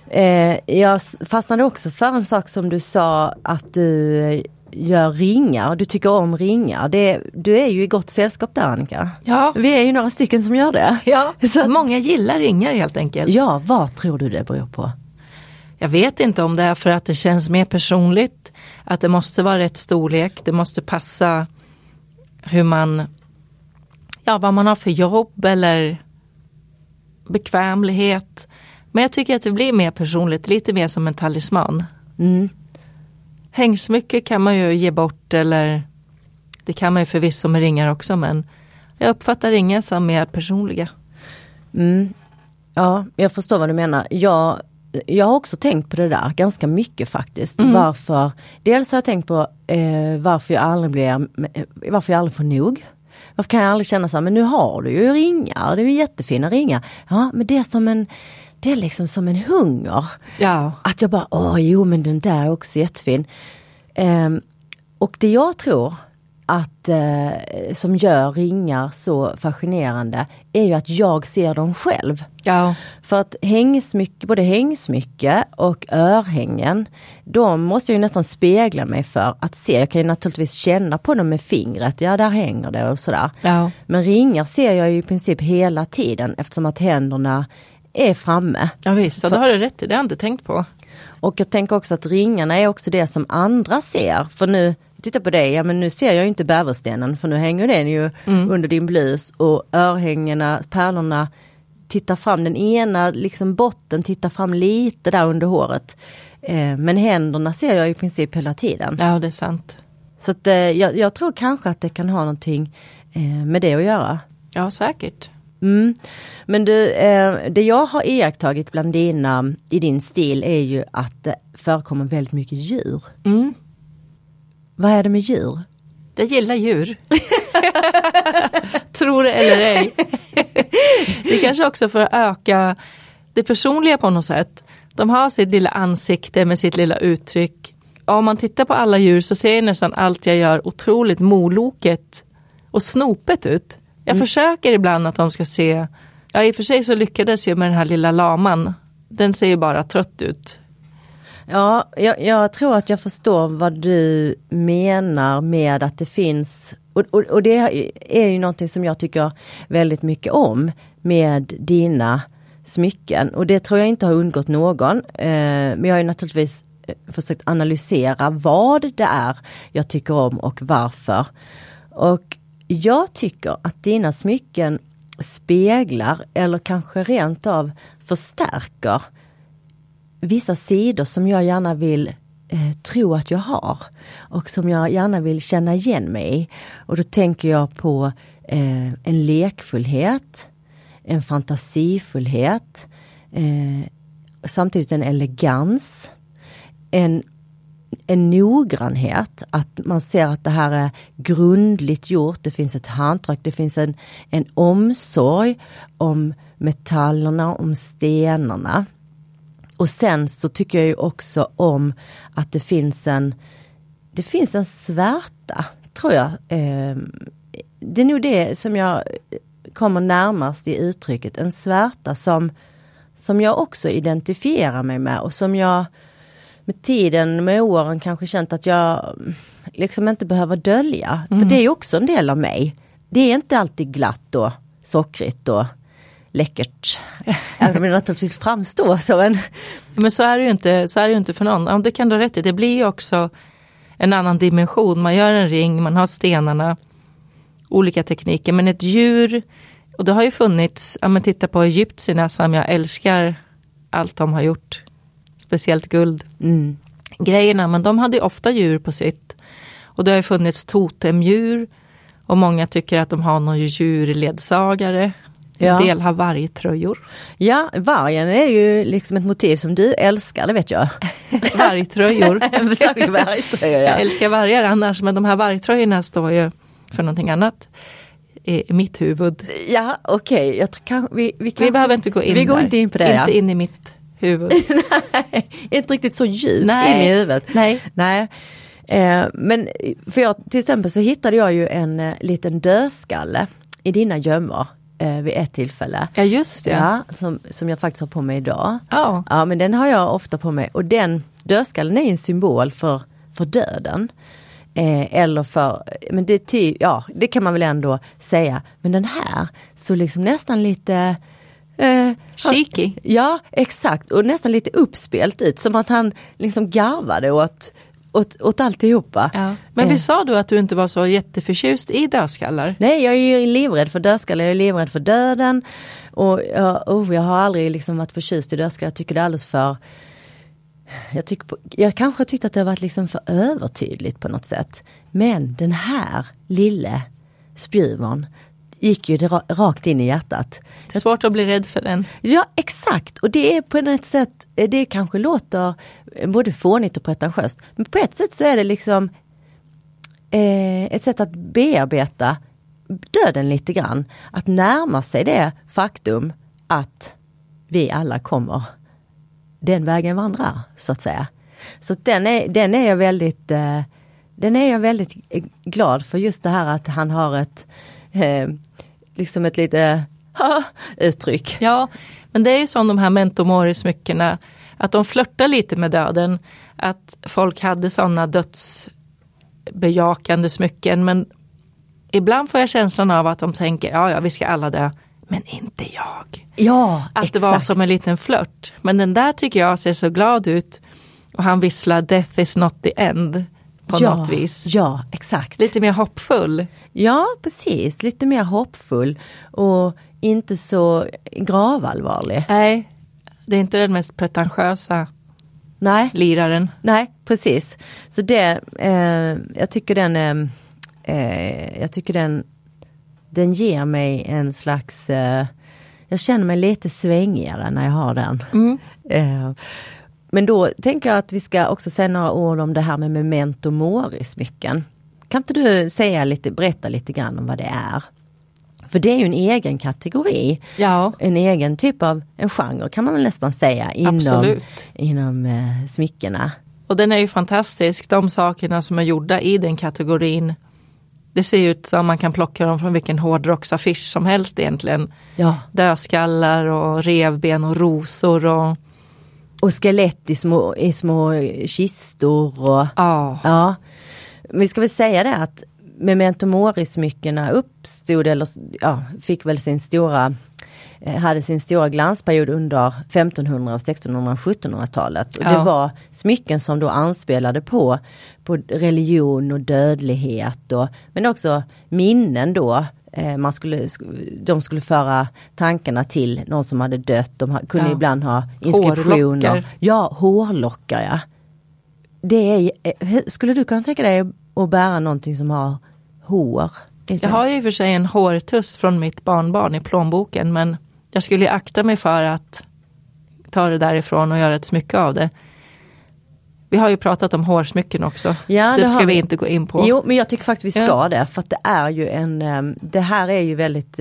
B: Eh, jag fastnade också för en sak som du sa, att du gör ringar. Du tycker om ringar. Det, du är ju i gott sällskap där, Annika.
C: Ja.
B: Vi är ju några stycken som gör det.
C: Ja,
B: så
C: många gillar ringar helt enkelt.
B: Ja, vad tror du det beror på?
C: Jag vet inte om det är för att det känns mer personligt. Att det måste vara rätt storlek. Det måste passa hur man, ja, vad man har för jobb eller bekvämlighet. Men jag tycker att det blir mer personligt. Lite mer som en talisman.
B: Mm.
C: Hängsmycke kan man ju ge bort, eller det kan man ju förvisso med ringar också, men jag uppfattar ringar som mer personliga.
B: Mm. Ja, jag förstår vad du menar. Jag, jag har också tänkt på det där ganska mycket faktiskt. Mm. Varför, dels har jag tänkt på eh, varför jag aldrig blir, varför jag aldrig får nog. Varför kan jag aldrig känna så här, men nu har du ju ringar, det är ju jättefina ringar. Ja, men det är som en, det är liksom som en hunger.
C: Ja.
B: Att jag bara, åh jo men den där är också jättefin. Um, och det jag tror att uh, som gör ringar så fascinerande är ju att jag ser dem själv.
C: Ja.
B: För att hängsmycke, både hängsmycke och örhängen, de måste jag ju nästan spegla mig för att se. Jag kan ju naturligtvis känna på dem med fingret, ja där hänger det och sådär.
C: Ja.
B: Men ringar ser jag ju i princip hela tiden eftersom att händerna är framme.
C: Ja visst, så
B: för,
C: det har du rätt i, det har jag inte tänkt på.
B: Och jag tänker också att ringarna är också det som andra ser. För nu, titta på dig, ja men nu ser jag ju inte bäverstenen, för nu hänger den ju mm. under din blus. Och örhängena, pärlorna tittar fram, den ena liksom botten tittar fram lite där under håret. Eh, men händerna ser jag i princip hela tiden.
C: Ja, det är sant.
B: Så att, eh, jag, jag tror kanske att det kan ha någonting eh, med det att göra.
C: Ja, säkert.
B: Mm. Men du, eh, det jag har iakttagit bland dina, i din stil är ju att det förekommer väldigt mycket djur.
C: Mm.
B: Vad är det med djur?
C: Jag gillar djur. Tror det eller ej. Det är kanske också för att öka det personliga på något sätt. De har sitt lilla ansikte med sitt lilla uttryck. Om man tittar på alla djur så ser nästan allt jag gör otroligt moloket och snopet ut. Jag mm. försöker ibland att de ska se, ja i och för sig så lyckades jag med den här lilla laman. Den ser ju bara trött ut.
B: Ja, jag, jag tror att jag förstår vad du menar med att det finns, och, och, och det är ju någonting som jag tycker väldigt mycket om med dina smycken. Och det tror jag inte har undgått någon. Eh, men jag har ju naturligtvis försökt analysera vad det är jag tycker om och varför. Och jag tycker att dina smycken speglar eller kanske rent av förstärker vissa sidor som jag gärna vill eh, tro att jag har och som jag gärna vill känna igen mig i. Och då tänker jag på eh, en lekfullhet, en fantasifullhet, eh, samtidigt en elegans, en en noggrannhet, att man ser att det här är grundligt gjort, det finns ett hantverk, det finns en, en omsorg om metallerna, om stenarna. Och sen så tycker jag ju också om att det finns en det finns en svärta, tror jag. Eh, det är nog det som jag kommer närmast i uttrycket, en svärta som, som jag också identifierar mig med och som jag med tiden, med åren kanske känt att jag liksom inte behöver dölja. Mm. För det är också en del av mig. Det är inte alltid glatt och sockrigt och läckert. Även om det naturligtvis framstår så. En...
C: Men så är det ju inte, så är det ju inte för någon. Ja, det kan du rätt i. Det blir ju också en annan dimension. Man gör en ring, man har stenarna, olika tekniker. Men ett djur, och det har ju funnits, ja men titta på egyptierna som jag älskar allt de har gjort. Speciellt guld. Mm. Grejerna, men de hade ju ofta djur på sitt. Och det har ju funnits totemdjur. Och många tycker att de har någon djurledsagare. Ja. En del har vargtröjor.
B: Ja, vargen är ju liksom ett motiv som du älskar, det vet jag.
C: Vargtröjor.
B: vargtröjor ja.
C: Jag älskar vargar annars, men de här vargtröjorna står ju för någonting annat. I mitt huvud.
B: Ja, okej. Okay. Jag tror kan, vi, vi, kan,
C: vi behöver inte gå in
B: vi
C: där.
B: går inte in på det.
C: Inte
B: ja.
C: in i mitt huvud.
B: Nej, inte riktigt så djupt
C: Nej.
B: in i huvudet.
C: Nej.
B: Nej. Eh, men för jag, till exempel så hittade jag ju en eh, liten dödskalle i dina gömmor. eh, vid ett tillfälle.
C: Ja, just det.
B: Ja, som, som jag faktiskt har på mig idag.
C: Ja.
B: Ja, men den har jag ofta på mig. Och den dödskallen är ju en symbol för, för döden. Eh, eller för, men det, ty, ja, det kan man väl ändå säga. Men den här, så liksom nästan lite... Eh,
C: Cheeky.
B: Ja, exakt. Och nästan lite uppspelt ut. Som att han liksom garvade åt, åt, åt alltihopa.
C: Ja. Men
B: eh.
C: vi sa du att du inte var så jätteförtjust i dödskallar?
B: Nej, jag är ju livrädd för dödskallar. Jag är livrädd för döden. Och jag, oh, jag har aldrig liksom varit förtjust i dödskallar. Jag tycker det är alldeles för... Jag, tycker på, jag kanske tyckte att det har varit liksom för övertydligt på något sätt. Men den här lille spjuvern gick ju rakt in i hjärtat.
C: Det är svårt att bli rädd för den.
B: Ja, exakt. Och det är på ett sätt, det kanske låter både fånigt och pretentiöst. Men på ett sätt så är det liksom eh, ett sätt att bearbeta döden lite grann. Att närma sig det faktum att vi alla kommer den vägen vandrar, så att säga. Så att den, är, den är jag väldigt eh, den är jag väldigt glad för, just det här att han har ett eh, liksom ett lite ha, uttryck.
C: Ja, men det är ju som de här Memento Mori-smyckena, att de flörtar lite med döden, att folk hade sådana dödsbejakande smycken, men ibland får jag känslan av att de tänker, ja ja, vi ska alla dö, men inte jag.
B: Ja,
C: att
B: exakt.
C: Det var som en liten flört. Men den där tycker jag ser så glad ut, och han visslar Death is not the end på
B: ja,
C: något vis.
B: Ja, exakt.
C: Lite mer hoppfull.
B: Ja, precis. Lite mer hoppfull och inte så gravallvarlig.
C: Nej, det är inte den mest pretentiösa
B: Nej.
C: liraren.
B: Nej, precis. Så det, eh, jag tycker den, eh, eh, jag tycker den, den ger mig en slags, eh, jag känner mig lite svängigare när jag har den.
C: Mm.
B: Eh, men då tänker jag att vi ska också säga några ord om det här med Memento Mori-smycken. Kan inte du säga lite, berätta lite grann om vad det är? För det är ju en egen kategori.
C: Ja.
B: En egen typ av, en genre kan man väl nästan säga inom,
C: Absolut.
B: inom eh, smyckena.
C: Och den är ju fantastisk. De sakerna som är gjorda i den kategorin, det ser ut som man kan plocka dem från vilken hårdrocksaffisch som helst egentligen.
B: Ja.
C: Dödskallar och revben och rosor och...
B: Och skelett i små, i små kistor. Och,
C: ja.
B: ja. Vi ska väl säga det att Memento Mori-smyckena uppstod, eller ja, fick väl sin stora, hade sin stora glansperiod under femtonhundra- och sextonhundra- och sjuttonhundratalet. Och
C: ja.
B: det var smycken som då anspelade på, på religion och dödlighet, och, men också minnen då. Man skulle, de skulle föra tankarna till någon som hade dött. De kunde ja. ibland ha inskriptioner.
C: Hårlockar.
B: Ja, hårlockar, ja. Det är, skulle du kunna tänka dig att bära någonting som har hår?
C: Jag har ju i och för sig en hårtuss från mitt barnbarn i plånboken, men jag skulle ju akta mig för att ta det därifrån och göra ett smycke av det. Vi har ju pratat om hårsmycken också. Ja, det, det ska vi inte gå in på.
B: Jo, men jag tycker faktiskt vi ska
C: ja.
B: det. För att det är ju en... Det här är ju väldigt...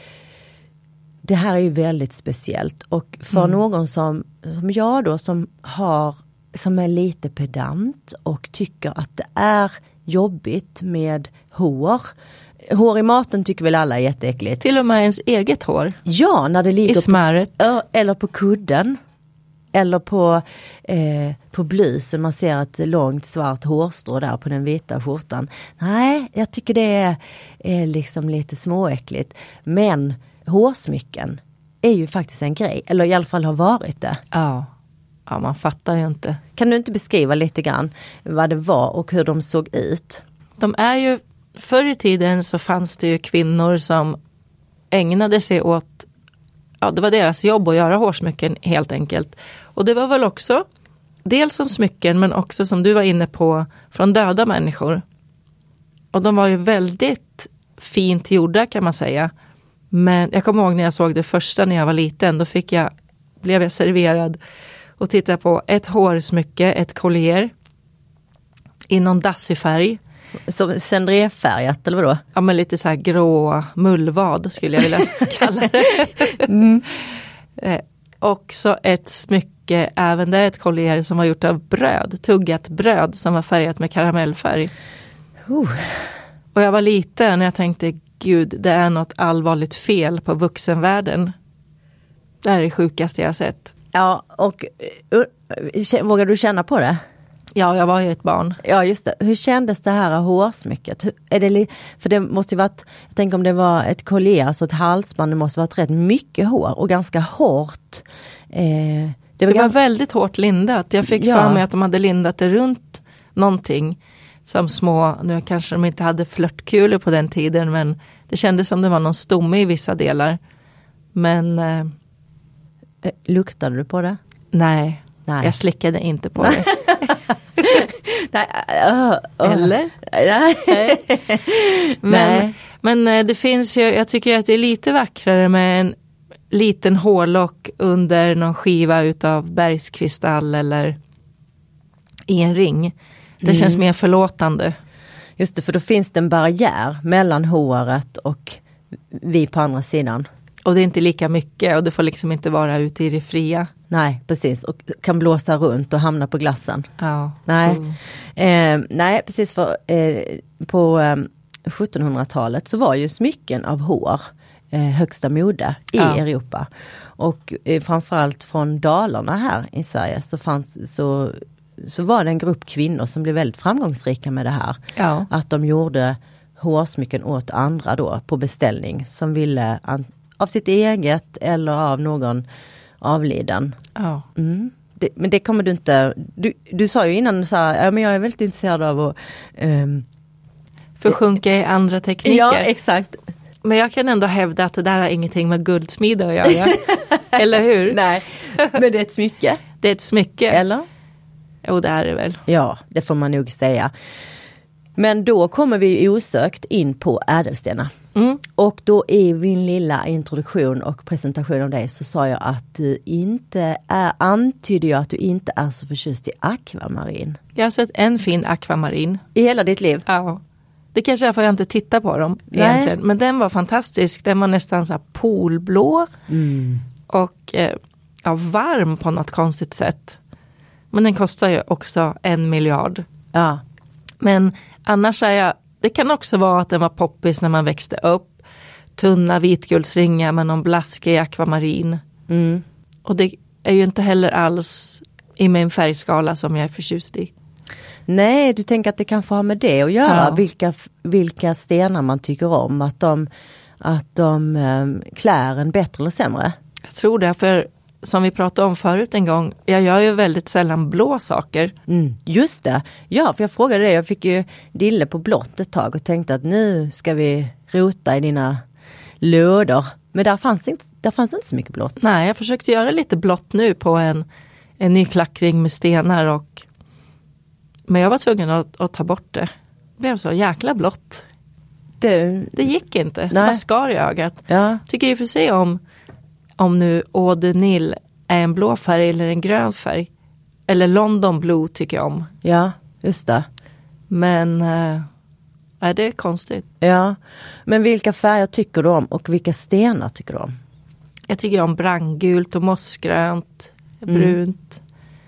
B: Det här är ju väldigt speciellt. Och för mm. någon som, som jag då, som har... Som är lite pedant och tycker att det är jobbigt med hår. Hår i maten tycker väl alla är jätteäckligt.
C: Till och med ens eget hår.
B: Ja, när det ligger
C: i smöret.
B: På, eller på kudden. Eller på, eh, på blusen. Man ser ett långt svart hårstrå där på den vita skjortan. Nej, jag tycker det är, är liksom lite småäckligt. Men hårsmycken är ju faktiskt en grej. Eller i alla fall har varit det.
C: Ja, ja man fattar ju inte.
B: Kan du inte beskriva lite grann vad det var och hur de såg ut?
C: De är ju, förr i tiden så fanns det ju kvinnor som ägnade sig åt, ja det var deras jobb att göra hårsmycken helt enkelt. Och det var väl också dels som smycken, men också som du var inne på, från döda människor. Och de var ju väldigt fint gjorda kan man säga. Men jag kommer ihåg när jag såg det första när jag var liten, då fick jag, blev jag serverad och titta på ett hårsmycke, ett collier i någon dassig färg.
B: Som cendréfärgat eller vadå?
C: Ja, men lite så här grå mullvad skulle jag vilja kalla det. mm. eh, och så ett smycke, även där ett collier som var gjort av bröd, tuggat bröd som var färgat med karamellfärg.
B: Uh.
C: Och jag var liten och jag tänkte, gud, det är något allvarligt fel på vuxenvärlden. Det är det sjukaste jag har sett.
B: Ja, och uh, vågar du känna på det?
C: Ja, jag var ju ett barn.
B: Ja, just det. Hur kändes det här hårsmycket? Hur, är det li- för det måste ju varit, jag tänker om det var ett collier, alltså ett halsband, det måste varit rätt mycket hår och ganska hårt. Eh, det
C: det
B: var,
C: var
B: ganska...
C: väldigt hårt lindat. Jag fick
B: Ja.
C: för mig att de hade lindat det runt någonting som små, nu kanske de inte hade flörtkulor på den tiden, men det kändes som det var någon stomme i vissa delar. Men eh,
B: luktade du på det?
C: nej,
B: Nej.
C: jag slickade inte på det.
B: Nej, uh, uh.
C: Eller?
B: Nej.
C: Men,
B: Nej.
C: men eh, det finns ju, jag tycker att det är lite vackrare med en liten hårlock under någon skiva utav bergskristall eller i en ring. Det
B: Mm.
C: känns mer förlåtande.
B: Just det, för då finns det en barriär mellan håret och vi på andra sidan.
C: Och det är inte lika mycket och det får liksom inte vara ute i det fria.
B: Nej, precis. Och kan blåsa runt och hamna på glassen.
C: Ja.
B: Nej,
C: Mm.
B: eh, nej precis för eh, på eh, sjuttonhundratalet så var ju smycken av hår eh, högsta mode i
C: Ja.
B: Europa. Och eh, framförallt från Dalarna här i Sverige så fanns så så var det en grupp kvinnor som blev väldigt framgångsrika med det här.
C: Ja.
B: Att de gjorde hårsmycken åt andra då på beställning som ville an- av sitt eget eller av någon avliden.
C: Ja.
B: Mm. Det, men det kommer du inte... Du, du sa ju innan, du sa, ja, men jag är väldigt intresserad av att... Um,
C: Försjunka i andra tekniker.
B: ja, exakt.
C: Men jag kan ändå hävda att det där har ingenting med guldsmide att göra. Eller hur?
B: Nej, men det är ett smycke.
C: Det är ett smycke.
B: Eller?
C: Jo, det är det väl.
B: Ja, det får man nog säga. Men då kommer vi osökt in på ädelstenar.
C: Mm.
B: Och då i min lilla introduktion och presentation av dig så sa jag att du inte är, antydde jag att du inte är så förtjust i akvamarin.
C: Jag har sett en fin akvamarin.
B: I hela ditt liv?
C: Ja. Det kanske är för att jag inte tittar på dem
B: Nej.
C: egentligen. Men den var fantastisk. Den var nästan så här poolblå.
B: Mm.
C: Och eh, ja, varm på något konstigt sätt. Men den kostar ju också en miljard.
B: Ja.
C: Men annars är jag... Det kan också vara att den var poppis när man växte upp. Tunna vitguldsringar med någon blaskig akvamarin.
B: Mm.
C: Och det är ju inte heller alls i min färgskala som jag är förtjust i.
B: Nej, du tänker att det kanske har med det att göra.
C: Ja.
B: Vilka, vilka stenar man tycker om. Att de, att de um, klär en bättre eller sämre.
C: Jag tror det, för som vi pratade om förut en gång. Jag gör ju väldigt sällan blå saker.
B: Mm, just det. Ja, för jag frågade det. Jag fick ju dille på blått ett tag och tänkte att nu ska vi rota i dina lådor. Men där fanns inte, där fanns inte så mycket blått.
C: Nej, jag försökte göra lite blått nu på en, en ny klackring med stenar. Och, men jag var tvungen att, att ta bort det. Det blev så jäkla blått.
B: Det,
C: Det gick inte. Det
B: Nej.
C: bara skar i ögat.
B: ja,
C: Tycker i och för sig om, om nu Eau de Nil är en blå färg eller en grön färg. Eller London Blue tycker jag om.
B: ja, just det.
C: Men äh, är det är konstigt.
B: Ja, men vilka färger tycker du om och vilka stenar tycker du om?
C: Jag tycker om brandgult och mossgrönt, brunt.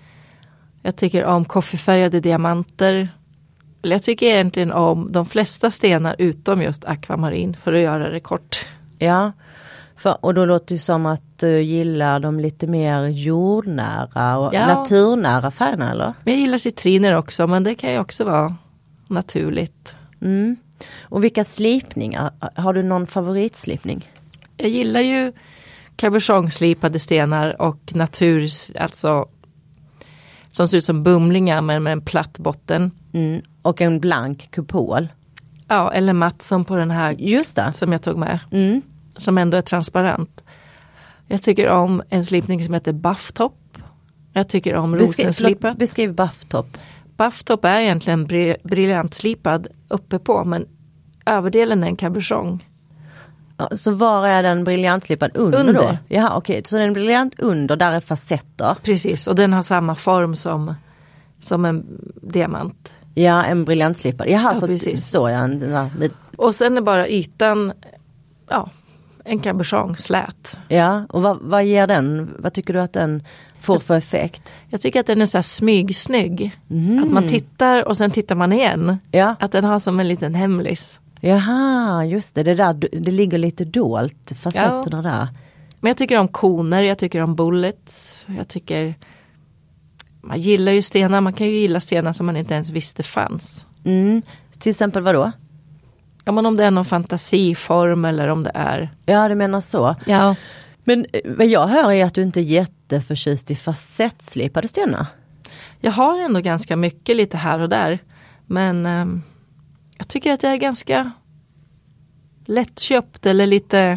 C: Jag tycker om koffefärgade diamanter. Eller jag tycker egentligen om de flesta stenar utom just akvamarin för att göra det kort.
B: Ja, för, och då låter det som att du gillar de lite mer jordnära och
C: Ja.
B: naturnära färgerna, eller?
C: Jag gillar citriner också, men det kan ju också vara naturligt.
B: Mm. Och vilka slipningar? Har du någon favoritslipning?
C: Jag gillar ju cabochon-slipade stenar och natur, alltså som ser ut som bumlingar men med en platt botten.
B: Mm. Och en blank kupol.
C: Ja, eller matt som på den här
B: Just det.
C: som jag tog med.
B: Mm.
C: Som ändå är transparent. Jag tycker om en slipning som heter bufftop. Jag tycker om
B: Beskriv,
C: rosenslipat.
B: beskriv bufftop.
C: Bufftop är egentligen bri- briljantslipad uppe på, men överdelen är en cabochon.
B: Ja, så var är den briljantslipad under,
C: Under.
B: då? Jaha, okej. Så den är briljant under, där är facetter.
C: Precis, och den har samma form som, som en diamant.
B: Ja, en briljantslipad. Jaha,
C: Ja,
B: så
C: precis.
B: står jag den där vid.
C: Och sen är bara ytan, ja, en cabochon slät.
B: Ja, och vad, vad ger den? Vad tycker du att den får för effekt?
C: Jag tycker att den är så här smygsnygg.
B: Mm.
C: Att man tittar och sen tittar man igen.
B: Ja,
C: Att den har som en liten hemlis.
B: Jaha, just det. Det, där, det ligger lite dolt, facetterna ja. där.
C: Men jag tycker om koner, jag tycker om bullets. Jag tycker... Man gillar ju stenar, man kan ju gilla stenar som man inte ens visste fanns.
B: Mm. Till exempel vad då?
C: Ja, men om det är någon fantasiform eller om det är...
B: Ja, du menar så.
C: Ja.
B: Men vad jag hör är att du inte är jätteförtjust i facettslipade stenar.
C: Jag har ändå ganska mycket lite här och där. Men eh, jag tycker att jag är ganska lättköpt eller lite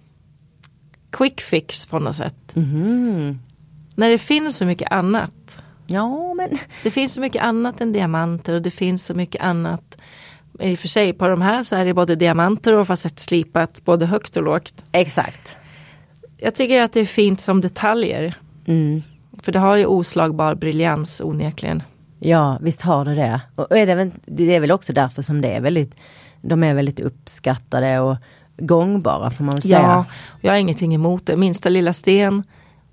C: quick fix på något sätt.
B: Mm.
C: När det finns så mycket annat.
B: Ja, men...
C: Det finns så mycket annat än diamanter och det finns så mycket annat. I och för sig, på de här så är det både diamanter och facettslipat, både högt och lågt.
B: Exakt.
C: Jag tycker att det är fint som detaljer.
B: Mm.
C: För det har ju oslagbar briljans onekligen.
B: Ja, visst har det det. Och är det, väl, det är väl också därför som det är väldigt, de är väldigt uppskattade och gångbara, får man väl säga.
C: Ja, jag har ingenting emot det. Minsta lilla sten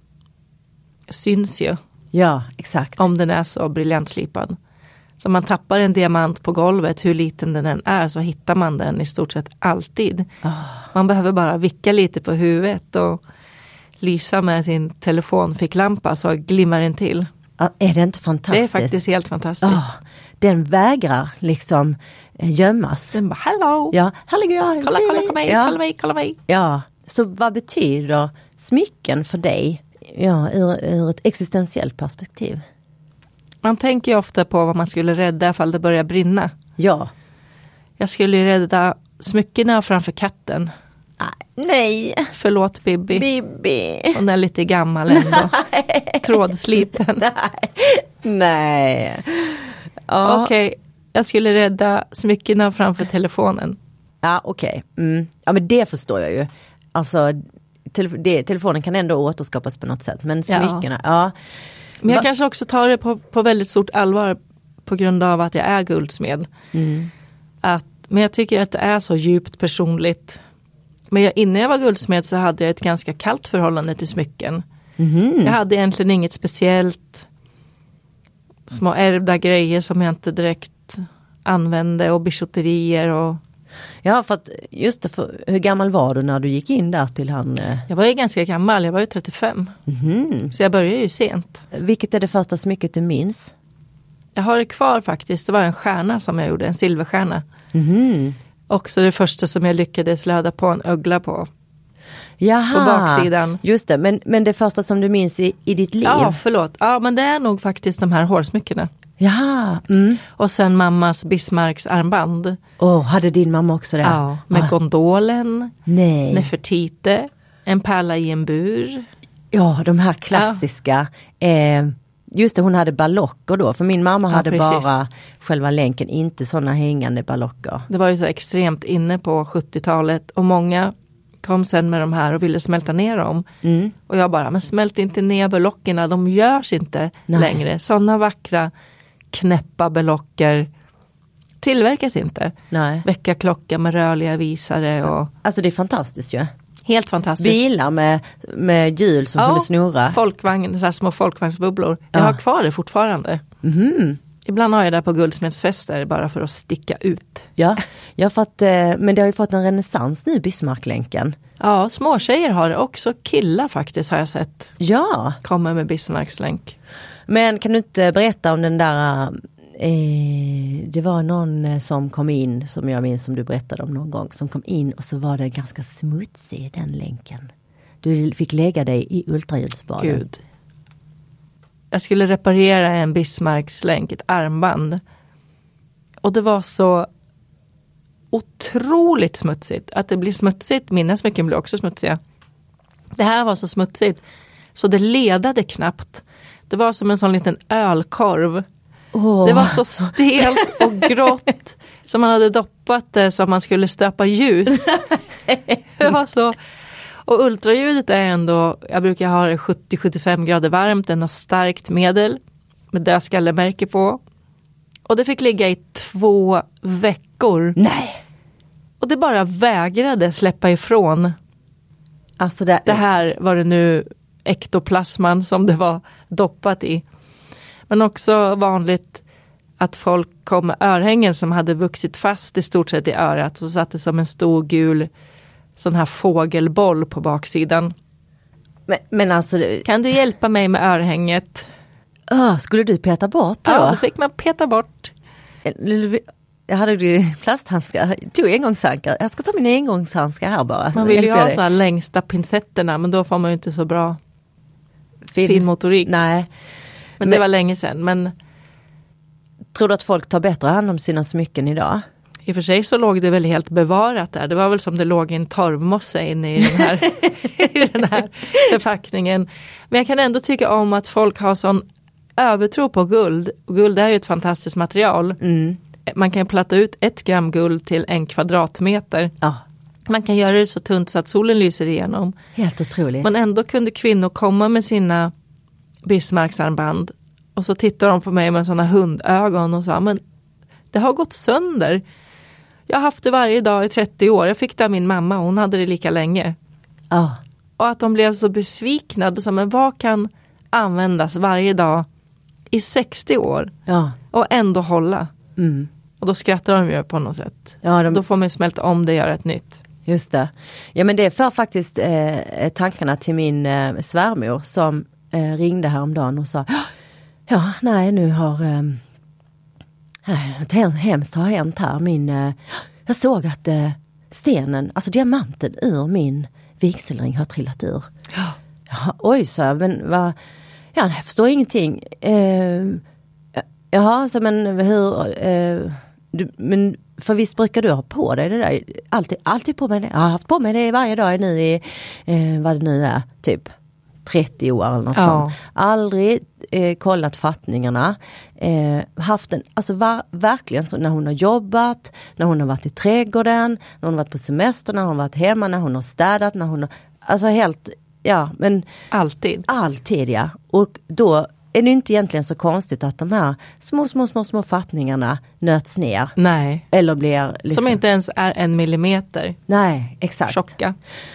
C: syns ju.
B: Ja, exakt.
C: Om den är så briljantslipad. Så man tappar en diamant på golvet, hur liten den än är, så hittar man den i stort sett alltid.
B: Oh.
C: Man behöver bara vicka lite på huvudet och lysa med sin telefonficklampa så glimmar den till.
B: Ja, är det inte fantastiskt?
C: Det är faktiskt helt fantastiskt.
B: Oh, den vägrar liksom gömmas.
C: Den bara, hallå!
B: Ja, hallå, ja,
C: kolla, kolla på mig,
B: ja.
C: kolla mig, kolla mig.
B: Ja, så vad betyder smycken för dig? Ja, ur, ur ett existentiellt perspektiv.
C: Man tänker ju ofta på vad man skulle rädda ifall det börjar brinna.
B: Ja.
C: Jag skulle ju rädda smyckena framför katten.
B: Nej.
C: Förlåt Bibi.
B: Bibi.
C: Hon är lite gammal ändå. Trådsliten.
B: Nej. Nej. Ja.
C: Okej, okay. Jag skulle rädda smyckena framför telefonen.
B: Ja, okej. Okay. Mm. Ja, men det förstår jag ju. Alltså, telef- det, telefonen kan ändå återskapas på något sätt. Men smyckena, ja. ja.
C: Men jag
B: Va?
C: kanske också tar det på, på väldigt stort allvar på grund av att jag är guldsmed.
B: Mm.
C: Att, men jag tycker att det är så djupt personligt. Men jag, innan jag var guldsmed så hade jag ett ganska kallt förhållande till smycken.
B: Mm.
C: Jag hade egentligen inget speciellt. Små ärvda grejer som jag inte direkt använde och bijouterier och...
B: Ja, för att just det, för, hur gammal var du när du gick in där till han?
C: Jag var ju ganska gammal, jag var ju trettiofem.
B: Mm.
C: Så jag började ju sent.
B: Vilket är det första smycket du minns?
C: Jag har det kvar faktiskt, det var en stjärna som jag gjorde, en silverstjärna.
B: Mm.
C: Också det första som jag lyckades löda på en ögla på.
B: Jaha,
C: på baksidan.
B: Just det, men, men det första som du minns i, i ditt liv?
C: Ja, förlåt. Ja, men det är nog faktiskt de här hårsmyckena.
B: Jaha. Mm.
C: Och sen mammas Bismarcks armband.
B: Åh, oh, hade din mamma också det?
C: Ja, med ah. gondolen.
B: Nej.
C: Nefertiti. En pärla i en bur.
B: Ja, de här klassiska. Ja. Eh, just det, hon hade ballocker då. För min mamma
C: ja,
B: hade
C: precis.
B: bara själva länken, inte sådana hängande ballocker.
C: Det var ju så extremt inne på sjuttiotalet. Och många kom sen med de här och ville smälta ner dem. Mm. Och jag bara, men smält inte ner ballockerna. De görs inte Nej. längre. Sådana vackra knäppa ballocker tillverkas inte.
B: Nej.
C: Väckarklocka med rörliga visare. Och...
B: Alltså det är fantastiskt ju.
C: Helt fantastiskt.
B: Bilar med, med hjul som ja, kunde snurra.
C: Folkvagn, så här små folkvagnsbubblor. Jag ja. har kvar det fortfarande.
B: Mm.
C: Ibland har jag det på guldsmedsfester bara för att sticka ut.
B: Ja, ja för att, men det har ju fått en renässans nu, Bismarcklänken.
C: Ja, små tjejer har det också. Killar faktiskt har jag sett.
B: Ja.
C: Kommer med Bismarckslänk.
B: Men kan du inte berätta om den där... Eh, det var någon som kom in, som jag minns som du berättade om någon gång, som kom in och så var det ganska smutsig den länken. Du fick lägga dig i ultraljudsbaden.
C: Gud. Jag skulle reparera en Bismarckslänk, ett armband. Och det var så otroligt smutsigt. Att det blir smutsigt, mina smycken blir också smutsiga. Det här var så smutsigt så det ledade knappt. Det var som en sån liten ölkorv. Oh. Det var så stelt och grått som man hade doppat det som man skulle stöpa ljus. Det var så. Och ultraljudet är ändå, jag brukar ha det sjuttio till sjuttiofem grader varmt. Den har starkt medel med dödskallemärke på. Och det fick ligga i två veckor.
B: Nej.
C: Och det bara vägrade släppa ifrån.
B: Alltså det...
C: det här var det nu ektoplasman som det var doppat i. Men också vanligt att folk kom med örhängen som hade vuxit fast i stort sett i örat och så satte som en stor gul sån här fågelboll på baksidan.
B: Men, men alltså...
C: Kan du hjälpa mig med örhänget?
B: Oh, skulle du peta bort det då?
C: Ja, då fick man peta bort.
B: Jag hade du plasthandskar. Jag tog engångshandskar. Jag ska ta min engångshandskar här bara.
C: Man vill ju ha så här längsta pincetterna, men då får man ju inte så bra fin, fin motorik.
B: Nej.
C: Men, men det var länge sedan. Men
B: tror du att folk tar bättre hand om sina smycken idag?
C: I och för sig så låg det väl helt bevarat där. Det var väl som det låg i en torvmosse inne i den här, i den här förpackningen. Men jag kan ändå tycka om att folk har sån övertro på guld. Och guld är ju ett fantastiskt material.
B: Mm.
C: Man kan platta ut ett gram guld till en kvadratmeter.
B: Ja.
C: Man kan göra det så tunt så att solen lyser igenom.
B: Helt otroligt.
C: Men ändå kunde kvinnor komma med sina Bismarcksarmband. Och så tittar de på mig med sådana hundögon och sa, men det har gått sönder. Jag har haft det varje dag i trettio år. Jag fick det av min mamma, hon hade det lika länge.
B: Ja.
C: Och att de blev så besvikna. Och sa, men vad kan användas varje dag i sextio år?
B: Ja.
C: Och ändå hålla.
B: Mm.
C: Och då skrattar de ju på något sätt.
B: Ja, de...
C: Då får man smälta om det och göra ett nytt.
B: Just det. Ja, men det för faktiskt eh, tankarna till min eh, svärmor som eh, ringde häromdagen och sa, ja, nej, nu har eh, något hemskt har hänt här. Min, eh, jag såg att eh, stenen, alltså diamanten ur min vigselring har trillat ur. Ja, oj, så jag, men vad, ja, jag förstår ingenting. Eh, jaha, så men hur, eh, du, men för visst brukar du ha på dig det där, alltid, alltid på mig det. Jag har haft på mig det varje dag nu i, eh, vad det nu är, typ trettio år eller något
C: ja.
B: sånt. Aldrig eh, kollat fattningarna. Eh, haft en, alltså var, verkligen så när hon har jobbat, när hon har varit i trädgården, när hon har varit på semester, när hon har varit hemma, när hon har städat, när hon har, alltså helt, ja, men
C: alltid.
B: Alltid, ja. Och då är det inte egentligen så konstigt att de här små, små, små, små fattningarna nöts ner.
C: Nej.
B: Eller blir liksom...
C: Som inte ens är en millimeter.
B: Nej, exakt.
C: Tjocka.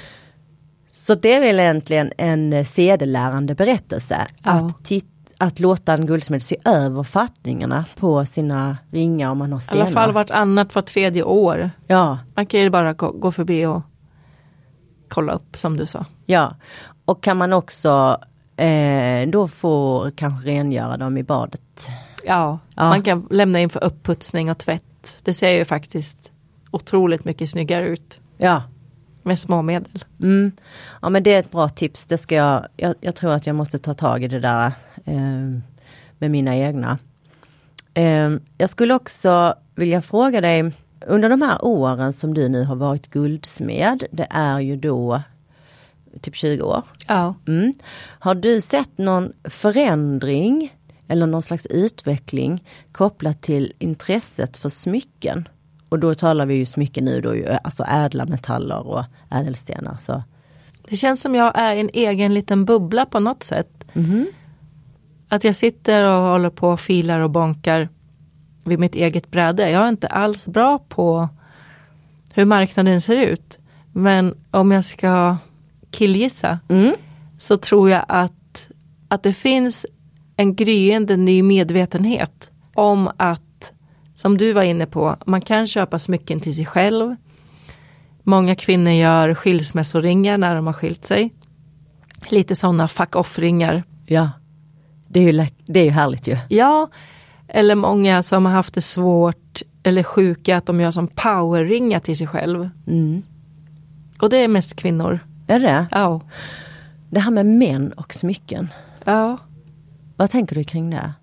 B: Så det är väl egentligen en sedelärande berättelse.
C: Ja.
B: Att, tit- att låta en guldsmed se över fattningarna på sina ringar om man har stenar.
C: I alla fall vartannat var tredje år.
B: Ja.
C: Man kan ju bara gå, gå förbi och kolla upp som du sa.
B: Ja, och kan man också eh, då få kanske rengöra dem i badet.
C: Ja, ja, man kan lämna in för uppputsning och tvätt. Det ser ju faktiskt otroligt mycket snyggare ut.
B: Ja.
C: Med små medel.
B: Mm. Ja, men det är ett bra tips. Det ska jag, jag, jag tror att jag måste ta tag i det där eh, med mina egna. Eh, jag skulle också vilja fråga dig, under de här åren som du nu har varit guldsmed, det är ju då typ tjugo år.
C: Ja.
B: Mm. Har du sett någon förändring eller någon slags utveckling kopplat till intresset för smycken? Och då talar vi ju smycken nu då, ju, alltså ädla metaller och ädelstenar. Så.
C: Det känns som jag är en egen liten bubbla på något sätt.
B: Mm-hmm.
C: Att jag sitter och håller på och filar och bonkar vid mitt eget bräde. Jag är inte alls bra på hur marknaden ser ut. Men om jag ska killgissa
B: mm.
C: så tror jag att, att det finns en gryende ny medvetenhet om att, som du var inne på, man kan köpa smycken till sig själv. Många kvinnor gör skilsmässoringar när de har skilt sig. Lite sådana fuck-off-ringar.
B: Ja, det är, ju, det är ju härligt ju.
C: Ja, eller många som har haft det svårt eller sjuka att de gör som powerringar till sig själv.
B: Mm.
C: Och det är mest kvinnor.
B: Är det?
C: Ja.
B: Det här med män och smycken.
C: Ja.
B: Vad tänker du kring det?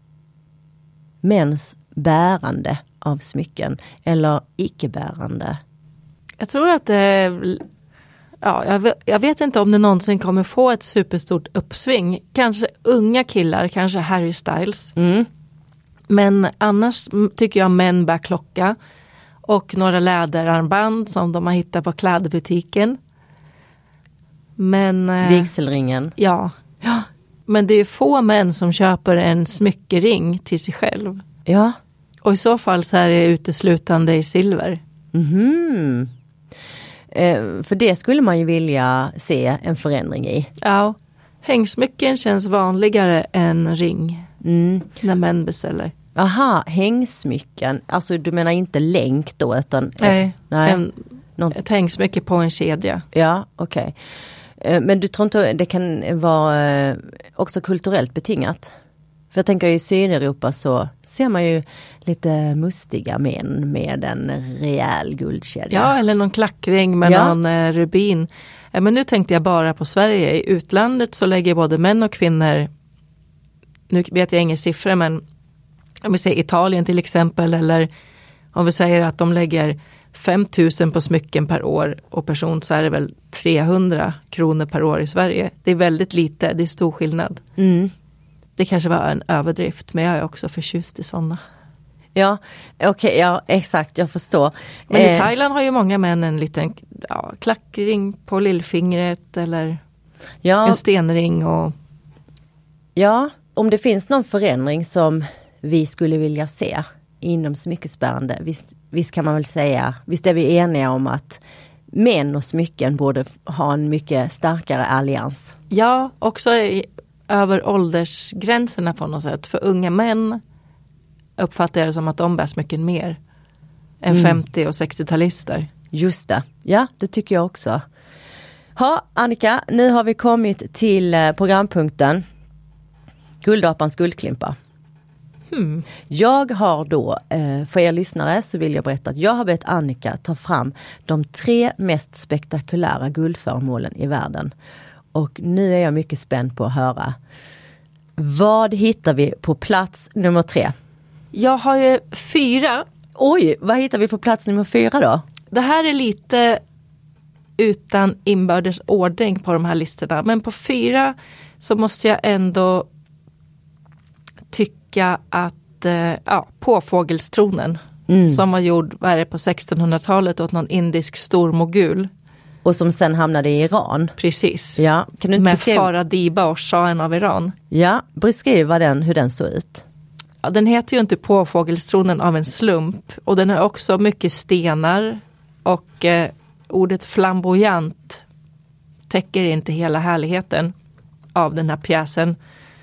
B: Mäns bärande av smycken eller icke-bärande?
C: Jag tror att det, ja, jag vet, jag vet inte om det någonsin kommer få ett superstort uppsving. Kanske unga killar, kanske Harry Styles.
B: Mm.
C: Men annars tycker jag män bär klocka och några läderarmband som de har hittat på klädbutiken. Men
B: vigselringen.
C: Ja. Ja. Men det är få män som köper en smyckering till sig själv.
B: Ja.
C: Och i så fall så är det uteslutande i silver.
B: Mhm. Eh, för det skulle man ju vilja se en förändring i.
C: Ja. Hängsmycken känns vanligare än ring.
B: Mm.
C: När män beställer.
B: Aha, hängsmycken. Alltså du menar inte länk då utan...
C: Nej,
B: nej.
C: En,
B: Någon...
C: ett hängsmycke på en kedja.
B: Ja, okej. Okay. Men du tror inte det kan vara också kulturellt betingat? För jag tänker i Sydeuropa så ser man ju lite mustiga män med en rejäl guldkedja.
C: Ja, eller någon klackring med ja. någon eh, rubin. Eh, men nu tänkte jag bara på Sverige. I utlandet så lägger både män och kvinnor, nu vet jag inga siffror, men om vi säger Italien till exempel, eller om vi säger att de lägger fem tusen på smycken per år och person, så är det väl trehundra kronor per år i Sverige. Det är väldigt lite, det är stor skillnad.
B: Mm.
C: Det kanske var en överdrift, men jag är också förtjust i sådana.
B: Ja, okej, okay, ja exakt, jag förstår.
C: Men
B: eh.
C: i Thailand har ju många män en liten ja, klackring på lillfingret eller ja. en stenring. Och...
B: Ja, om det finns någon förändring som vi skulle vilja se inom smyckesbärande, visst, visst kan man väl säga, visst är vi eniga om att män och smycken borde ha en mycket starkare allians.
C: Ja, också i, över åldersgränserna på något sätt. För unga män uppfattar jag det som att de bär smycken mer än mm. femtio- och sextio-talister.
B: Just det, ja det tycker jag också. Ja, Annika, nu har vi kommit till programpunkten Guldapans guldklimpar.
C: Hmm.
B: Jag har då, för er lyssnare så vill jag berätta att jag har bett Annika ta fram de tre mest spektakulära guldföremålen i världen. Och nu är jag mycket spänd på att höra. Vad hittar vi på plats nummer tre?
C: Jag har ju fyra.
B: Oj, vad hittar vi på plats nummer fyra då?
C: Det här är lite utan inbördes ordning på de här listorna. Men på fyra så måste jag ändå tycka att eh, ja, påfågelstronen mm. som var gjord vad är det, på sextonhundratalet åt någon indisk stormogul.
B: Och som sen hamnade i Iran.
C: Precis.
B: Ja, kan du inte
C: med
B: beskriva...
C: Farah Diba och shahen av Iran.
B: Ja, beskriva den, hur den såg ut.
C: Ja, den heter ju inte påfågelstronen av en slump. Och den har också mycket stenar. Och eh, ordet flamboyant täcker inte hela härligheten av den här pjäsen.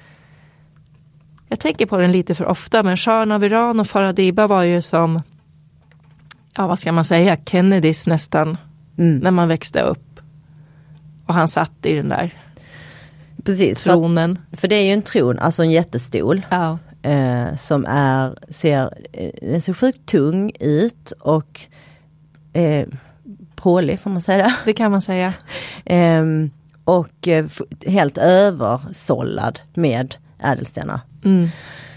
C: Jag tänker på den lite för ofta, men shahen av Iran och Farah Diba var ju som, ja vad ska man säga, Kennedys nästan. Mm. När man växte upp. Och han satt i den där
B: Precis,
C: tronen.
B: För, för det är ju en tron, alltså en jättestol.
C: Ja.
B: Eh, som är, ser, den ser sjukt tung ut och eh, prålig får man säga det.
C: Det kan man säga.
B: eh, och eh, helt översållad med ädelstenar.
C: Mm.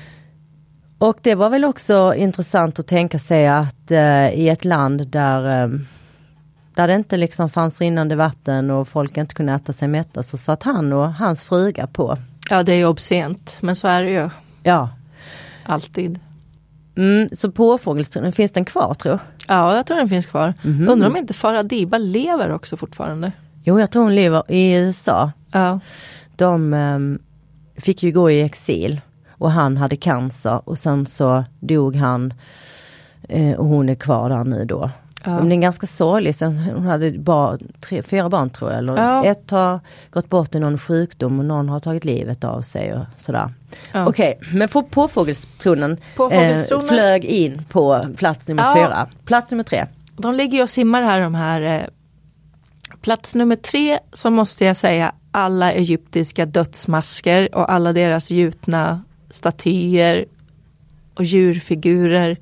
B: Och det var väl också intressant att tänka sig att eh, i ett land där... Eh, Där det inte liksom fanns rinnande vatten och folk inte kunde äta sig mätta, så satt han och hans fruga på.
C: Ja, det är ju obscent, men så är det ju.
B: Ja.
C: Alltid.
B: Mm, så påfågelströnen, finns den kvar tror jag?
C: Ja, jag tror den finns kvar.
B: Mm-hmm.
C: Undrar om inte Farah Diba lever också fortfarande?
B: Jo, jag tror hon lever i U S A.
C: Ja.
B: De um, fick ju gå i exil och han hade cancer och sen så dog han eh, och hon är kvar där nu då. Ja. Men det är ganska sorgligt. Hon hade bara tre, fyra barn tror jag. Eller ja. Ett har gått bort i någon sjukdom och någon har tagit livet av sig och sådär. Ja. Okej, okay, men på, påfågelstronen eh, flög in på plats nummer ja. fyra. Plats nummer tre.
C: De ligger ju och simmar här de här. Eh, plats nummer tre så måste jag säga alla egyptiska dödsmasker och alla deras gjutna statyer och djurfigurer.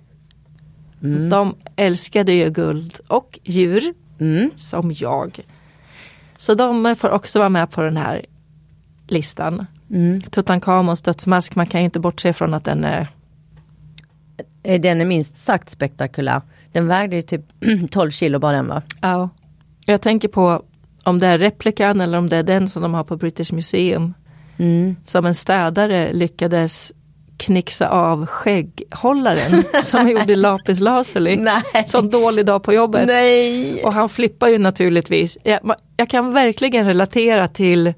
C: Mm. De älskade ju guld och djur mm. som jag. Så de får också vara med på den här listan. Mm. Tutankhamons dödsmask, man kan ju inte bortse från att den är...
B: Den är minst sagt spektakulär. Den vägde ju typ tolv kilo bara den va?
C: Ja. Jag tänker på om det är replikan eller om det är den som de har på British Museum. Mm. Som en städare lyckades knixa av skägghållaren som gjorde lapis lazuli. Nej. Som dålig dag på jobbet.
B: Nej.
C: Och han flippar ju naturligtvis. Jag, jag kan verkligen relatera till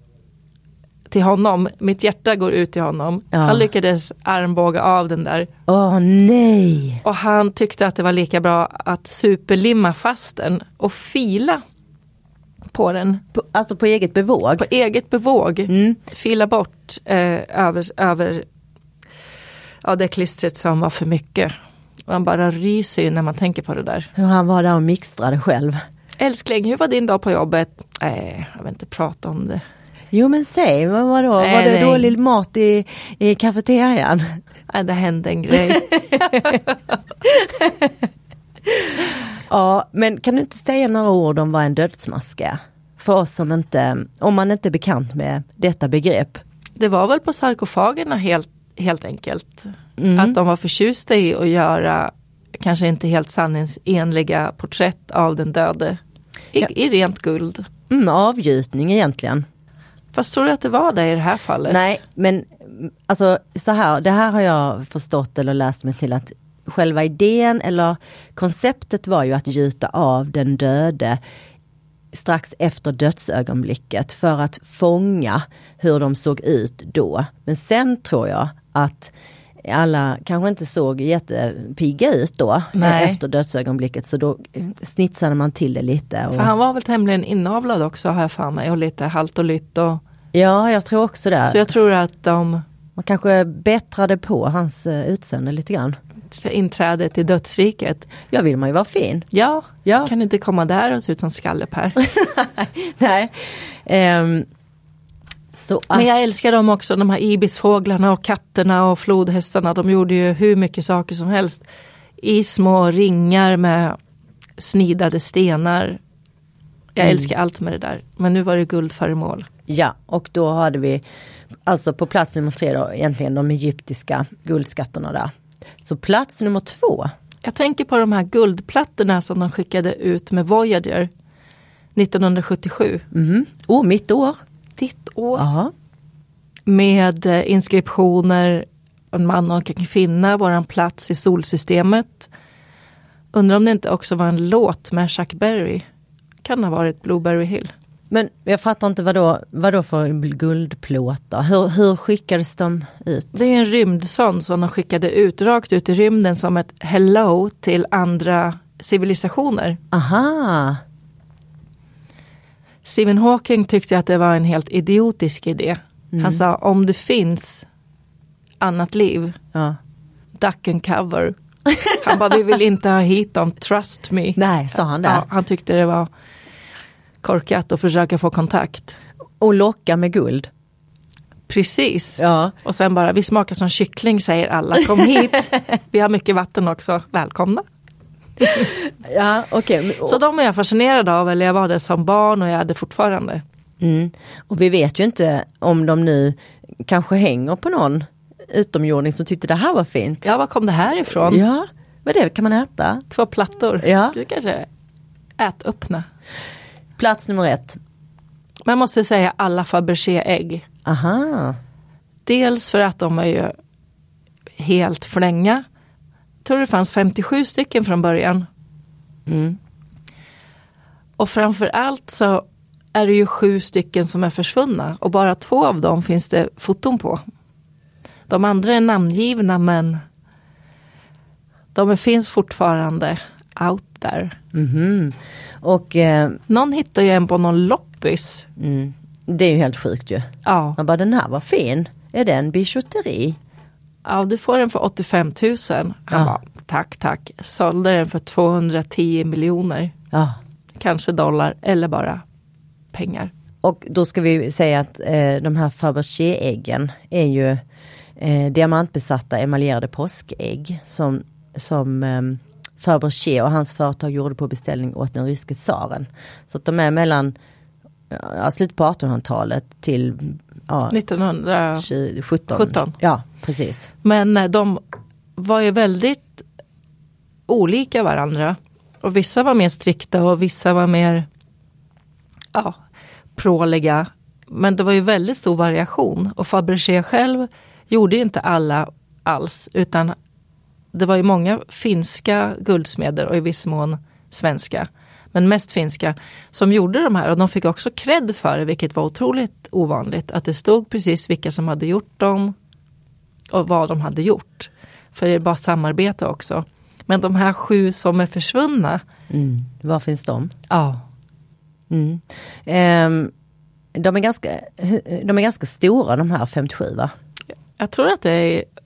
C: till honom. Mitt hjärta går ut till honom. Ja. Han lyckades armbåga av den där.
B: Åh nej.
C: Och han tyckte att det var lika bra att superlimma fast den och fila på den.
B: På, alltså på eget bevåg?
C: På eget bevåg. Mm. Fila bort eh, över, över ja, det klistret som var för mycket. Man bara ryser ju när man tänker på det där.
B: Hur han var där och mixtrade själv.
C: Älskling, hur var din dag på jobbet? Nej, jag vill inte prata om det.
B: Jo men säg, vad var då?
C: Nej,
B: var det
C: nej.
B: dålig mat i, i kafeterian?
C: Nej, det hände en grej.
B: Ja, men kan du inte säga några ord om vad en dödsmask är? För oss som inte, om man inte är bekant med detta begrepp.
C: Det var väl på sarkofagerna helt, helt enkelt.
B: Mm.
C: Att de var förtjusta i att göra kanske inte helt sanningsenliga porträtt av den döde. I,
B: Ja.
C: i rent guld.
B: Mm, avgjutning egentligen.
C: Fast tror du att det var det i det här fallet?
B: Nej, men alltså så här, det här har jag förstått eller läst mig till att själva idén eller konceptet var ju att gjuta av den döde strax efter dödsögonblicket för att fånga hur de såg ut då. Men sen tror jag att alla kanske inte såg jättepigga ut då.
C: Nej.
B: Efter dödsögonblicket, så då snitsade man till det lite. Och,
C: För han var väl tämligen inavlad också, har jag för mig, och lite halt och lytt. Och,
B: ja, jag tror också det.
C: så jag tror att de
B: Man kanske bättrade på hans uh, utseende lite grann.
C: för inträdet i dödsriket.
B: Ja, vill man ju vara fin.
C: Ja,
B: Ja.
C: kan inte komma där och se ut som Skalle-Per.
B: Nej. Ehm, så att,
C: Men jag älskar dem också, de här ibisfåglarna och katterna och flodhästarna. De gjorde ju hur mycket saker som helst. I små ringar med snidade stenar. Jag
B: Mm.
C: älskar allt med det där. Men nu var det guldföremål.
B: ja, och då hade vi alltså på plats nummer tre då egentligen de egyptiska guldskatterna där. Så plats nummer två.
C: Jag tänker på de här guldplattorna som de skickade ut med Voyager nittonhundrasjuttiosju.
B: Mhm. Oh, mitt år.
C: Ditt år.
B: Ja.
C: Med eh, inskriptioner, en man och en kvinna, våran plats i solsystemet. Undrar om det inte också var en låt med Chuck Berry. Kan ha varit Blueberry Hill.
B: Men jag fattar inte vad då, vad då för guldplåtar. Hur, hur skickades de ut?
C: Det är en rymdsond som de skickade ut, rakt ut i rymden som ett hello till andra civilisationer.
B: Aha.
C: Stephen Hawking tyckte att det var en helt idiotisk idé.
B: Mm.
C: Han sa, om det finns annat liv,
B: Ja.
C: duck and cover. Han bara, vi vill inte ha hit dem, trust me.
B: Nej, sa han det.
C: Ja, han tyckte det var korkat att försöka få kontakt.
B: Och locka med guld.
C: Precis.
B: Ja.
C: Och sen bara, vi smakar som kyckling, säger alla. Kom hit. Vi har mycket vatten också. Välkomna.
B: Ja, okej. Okay.
C: Så de är jag fascinerad av. Eller jag var det som barn och jag är det fortfarande.
B: Mm. Och vi vet ju inte om de nu kanske hänger på någon utomjording som tyckte det här var fint.
C: Ja, var kom det här ifrån?
B: Ja, vad är det? Kan man äta?
C: Två plattor.
B: Ja.
C: Du kanske ät öppna.
B: Plats nummer ett.
C: Man måste säga alla Fabergé-ägg.
B: Aha.
C: Dels för att de är ju helt flänga. Jag tror det fanns femtiosju stycken från början.
B: Mm.
C: Och framförallt så är det ju sju stycken som är försvunna. Och bara två av dem finns det foton på. De andra är namngivna, men de finns fortfarande out there.
B: Mm-hmm. Och eh,
C: Någon hittar ju en på någon loppis.
B: mm, det är ju helt sjukt ju.
C: Ja.
B: Man bara, den här var fin. Är det en bijouteri?
C: Ja, du får den för åttiofem tusen. Han
B: Ja.
C: bara, tack, tack. Sålde den för tvåhundratio miljoner.
B: Ja.
C: Kanske dollar eller bara pengar.
B: Och då ska vi säga att eh, de här Fabergé-äggen är ju eh, diamantbesatta emaljerade påskägg som, som eh, Fabergé och hans företag gjorde på beställning åt den ryske tsaren. Så att de är mellan ja, slutet på artonhundratalet till ja,
C: nittonhundrasjutton.
B: sjutton. Ja, precis.
C: Men eh, de var ju väldigt olika varandra. Och vissa var mer strikta och vissa var mer ja, pråliga. Men det var ju väldigt stor variation. Och Fabergé själv gjorde ju inte alla alls. Utan det var ju många finska guldsmeder och i viss mån svenska. Men mest finska som gjorde de här. Och de fick också cred för det, vilket var otroligt ovanligt. Att det stod precis vilka som hade gjort dem och vad de hade gjort. För det är bara samarbete också. Men de här sju som är försvunna.
B: Mm. Var finns de?
C: Ja.
B: Mm. Um, de, är ganska, de är ganska stora, de här femtiosju, va?
C: Jag tror att det är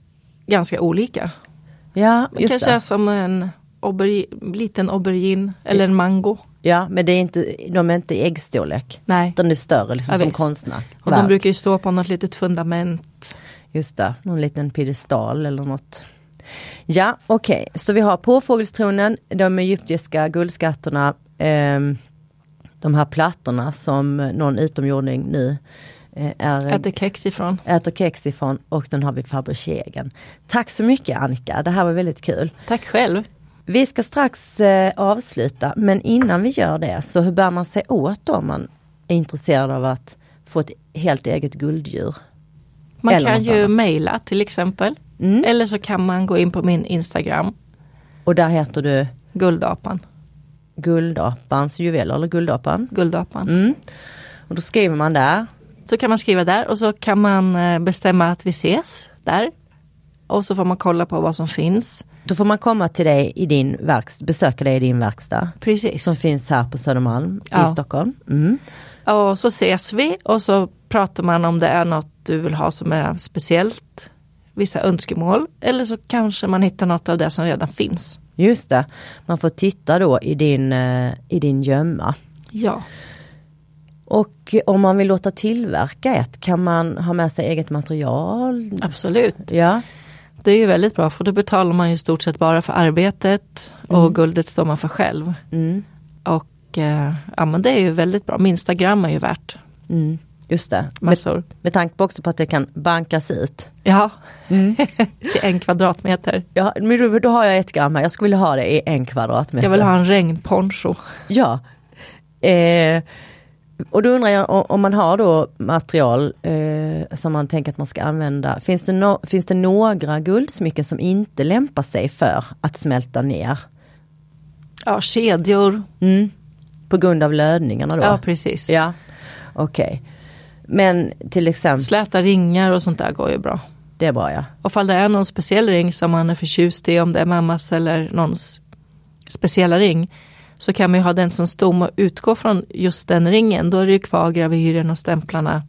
C: ganska olika.
B: Ja,
C: Det
B: just
C: kanske
B: det.
C: är som en aubergine, liten aubergine eller en mango.
B: Ja, men det är inte, de är inte i äggstorlek.
C: Nej.
B: De är större liksom,
C: Ja,
B: som
C: visst.
B: konstnär.
C: Och de brukar ju stå på något litet fundament.
B: Just det, någon liten piedestal eller något. Ja, okej. Okay. Så vi har påfågelstronen, de egyptiska guldskatterna, eh, de här plattorna som någon utomjording nu eh, är,
C: Äter kex ifrån.
B: äter kex ifrån, och sen har vi Fabergé. Tack så mycket, Annika, det här var väldigt kul.
C: Tack själv.
B: Vi ska strax eh, avsluta, men innan vi gör det, så hur bär man sig åt då om man är intresserad av att få ett helt eget gulddjur?
C: Man
B: Eller
C: kan
B: något
C: ju
B: annat.
C: mejla till exempel.
B: Mm.
C: Eller så kan man gå in på min Instagram.
B: Och där heter du
C: Guldapan.
B: Guldapans juveler eller Guldapan.
C: Guldapan.
B: Mm. Och då skriver man där.
C: Så kan man skriva där och så kan man eh, bestämma att vi ses där. Och så får man kolla på vad som finns.
B: Då får man komma till dig i din verkstad, besöka dig i din verkstad.
C: Precis.
B: Som finns här på Södermalm
C: Ja.
B: i Stockholm. Mm.
C: Och så ses vi och så pratar man om det är något du vill ha som är speciellt. Vissa önskemål. Eller så kanske man hittar något av det som redan finns.
B: Just det. Man får titta då i din, eh, i din gömma.
C: Ja.
B: Och om man vill låta tillverka ett, kan man ha med sig eget material?
C: Absolut.
B: Ja.
C: Det är ju väldigt bra för då betalar man ju i stort sett bara för arbetet. Och
B: Mm.
C: guldet står man för själv.
B: Mm.
C: Och eh, ja, men det är ju väldigt bra. Minsta gram är ju värt
B: Mm. Just det. Med,
C: massor.
B: med tanke på också på att det kan bankas ut.
C: Ja,
B: Mm.
C: till en kvadratmeter.
B: Ja, men då, då har jag ett gram här. Jag skulle vilja ha det i en kvadratmeter.
C: Jag vill ha en regnponcho.
B: Ja. Eh, och då undrar jag om, om man har då material eh, som man tänker att man ska använda. Finns det, no, finns det några guldsmycken som inte lämpar sig för att smälta ner?
C: Ja, kedjor.
B: Mm. På grund av lödningarna då?
C: Ja, precis.
B: Ja, okej. Okay. Men till exempel...
C: Släta ringar och sånt där går ju bra.
B: Det är bra, ja.
C: Och fall det är någon speciell ring som man är förtjust i, om det är mammas eller någons speciella ring, så kan man ju ha den som stom och utgå från just den ringen. Då är det ju kvar gravyren och stämplarna.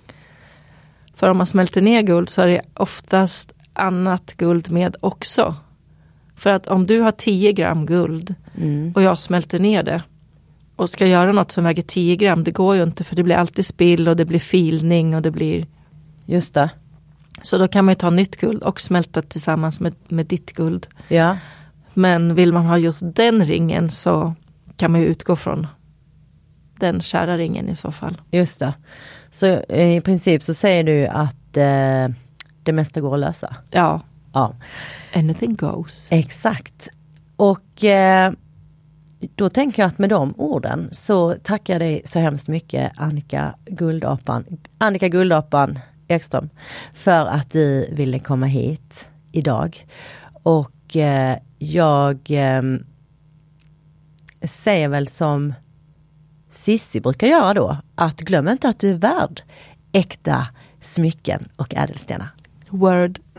C: För om man smälter ner guld så är det oftast annat guld med också. För att om du har tio gram guld
B: Mm.
C: och jag smälter ner det och ska göra något som väger tio gram, det går ju inte, för det blir alltid spill och det blir filning och det blir...
B: Just det.
C: Så då kan man ju ta nytt guld och smälta tillsammans med, med ditt guld.
B: Ja.
C: Men vill man ha just den ringen så kan man ju utgå från den kära ringen i så fall.
B: Just det. Så eh, i princip så säger du att eh, det mesta går att lösa.
C: Ja,
B: Ja,
C: anything goes.
B: exakt. Och eh, då tänker jag att med de orden så tackar jag dig så hemskt mycket, Annika Guldapan, Annika Guldapan Ekström, för att du ville komma hit idag. Och eh, jag eh, säger väl som Sissi brukar göra då, att glöm inte att du är värd äkta smycken och ädelstenar.
C: Word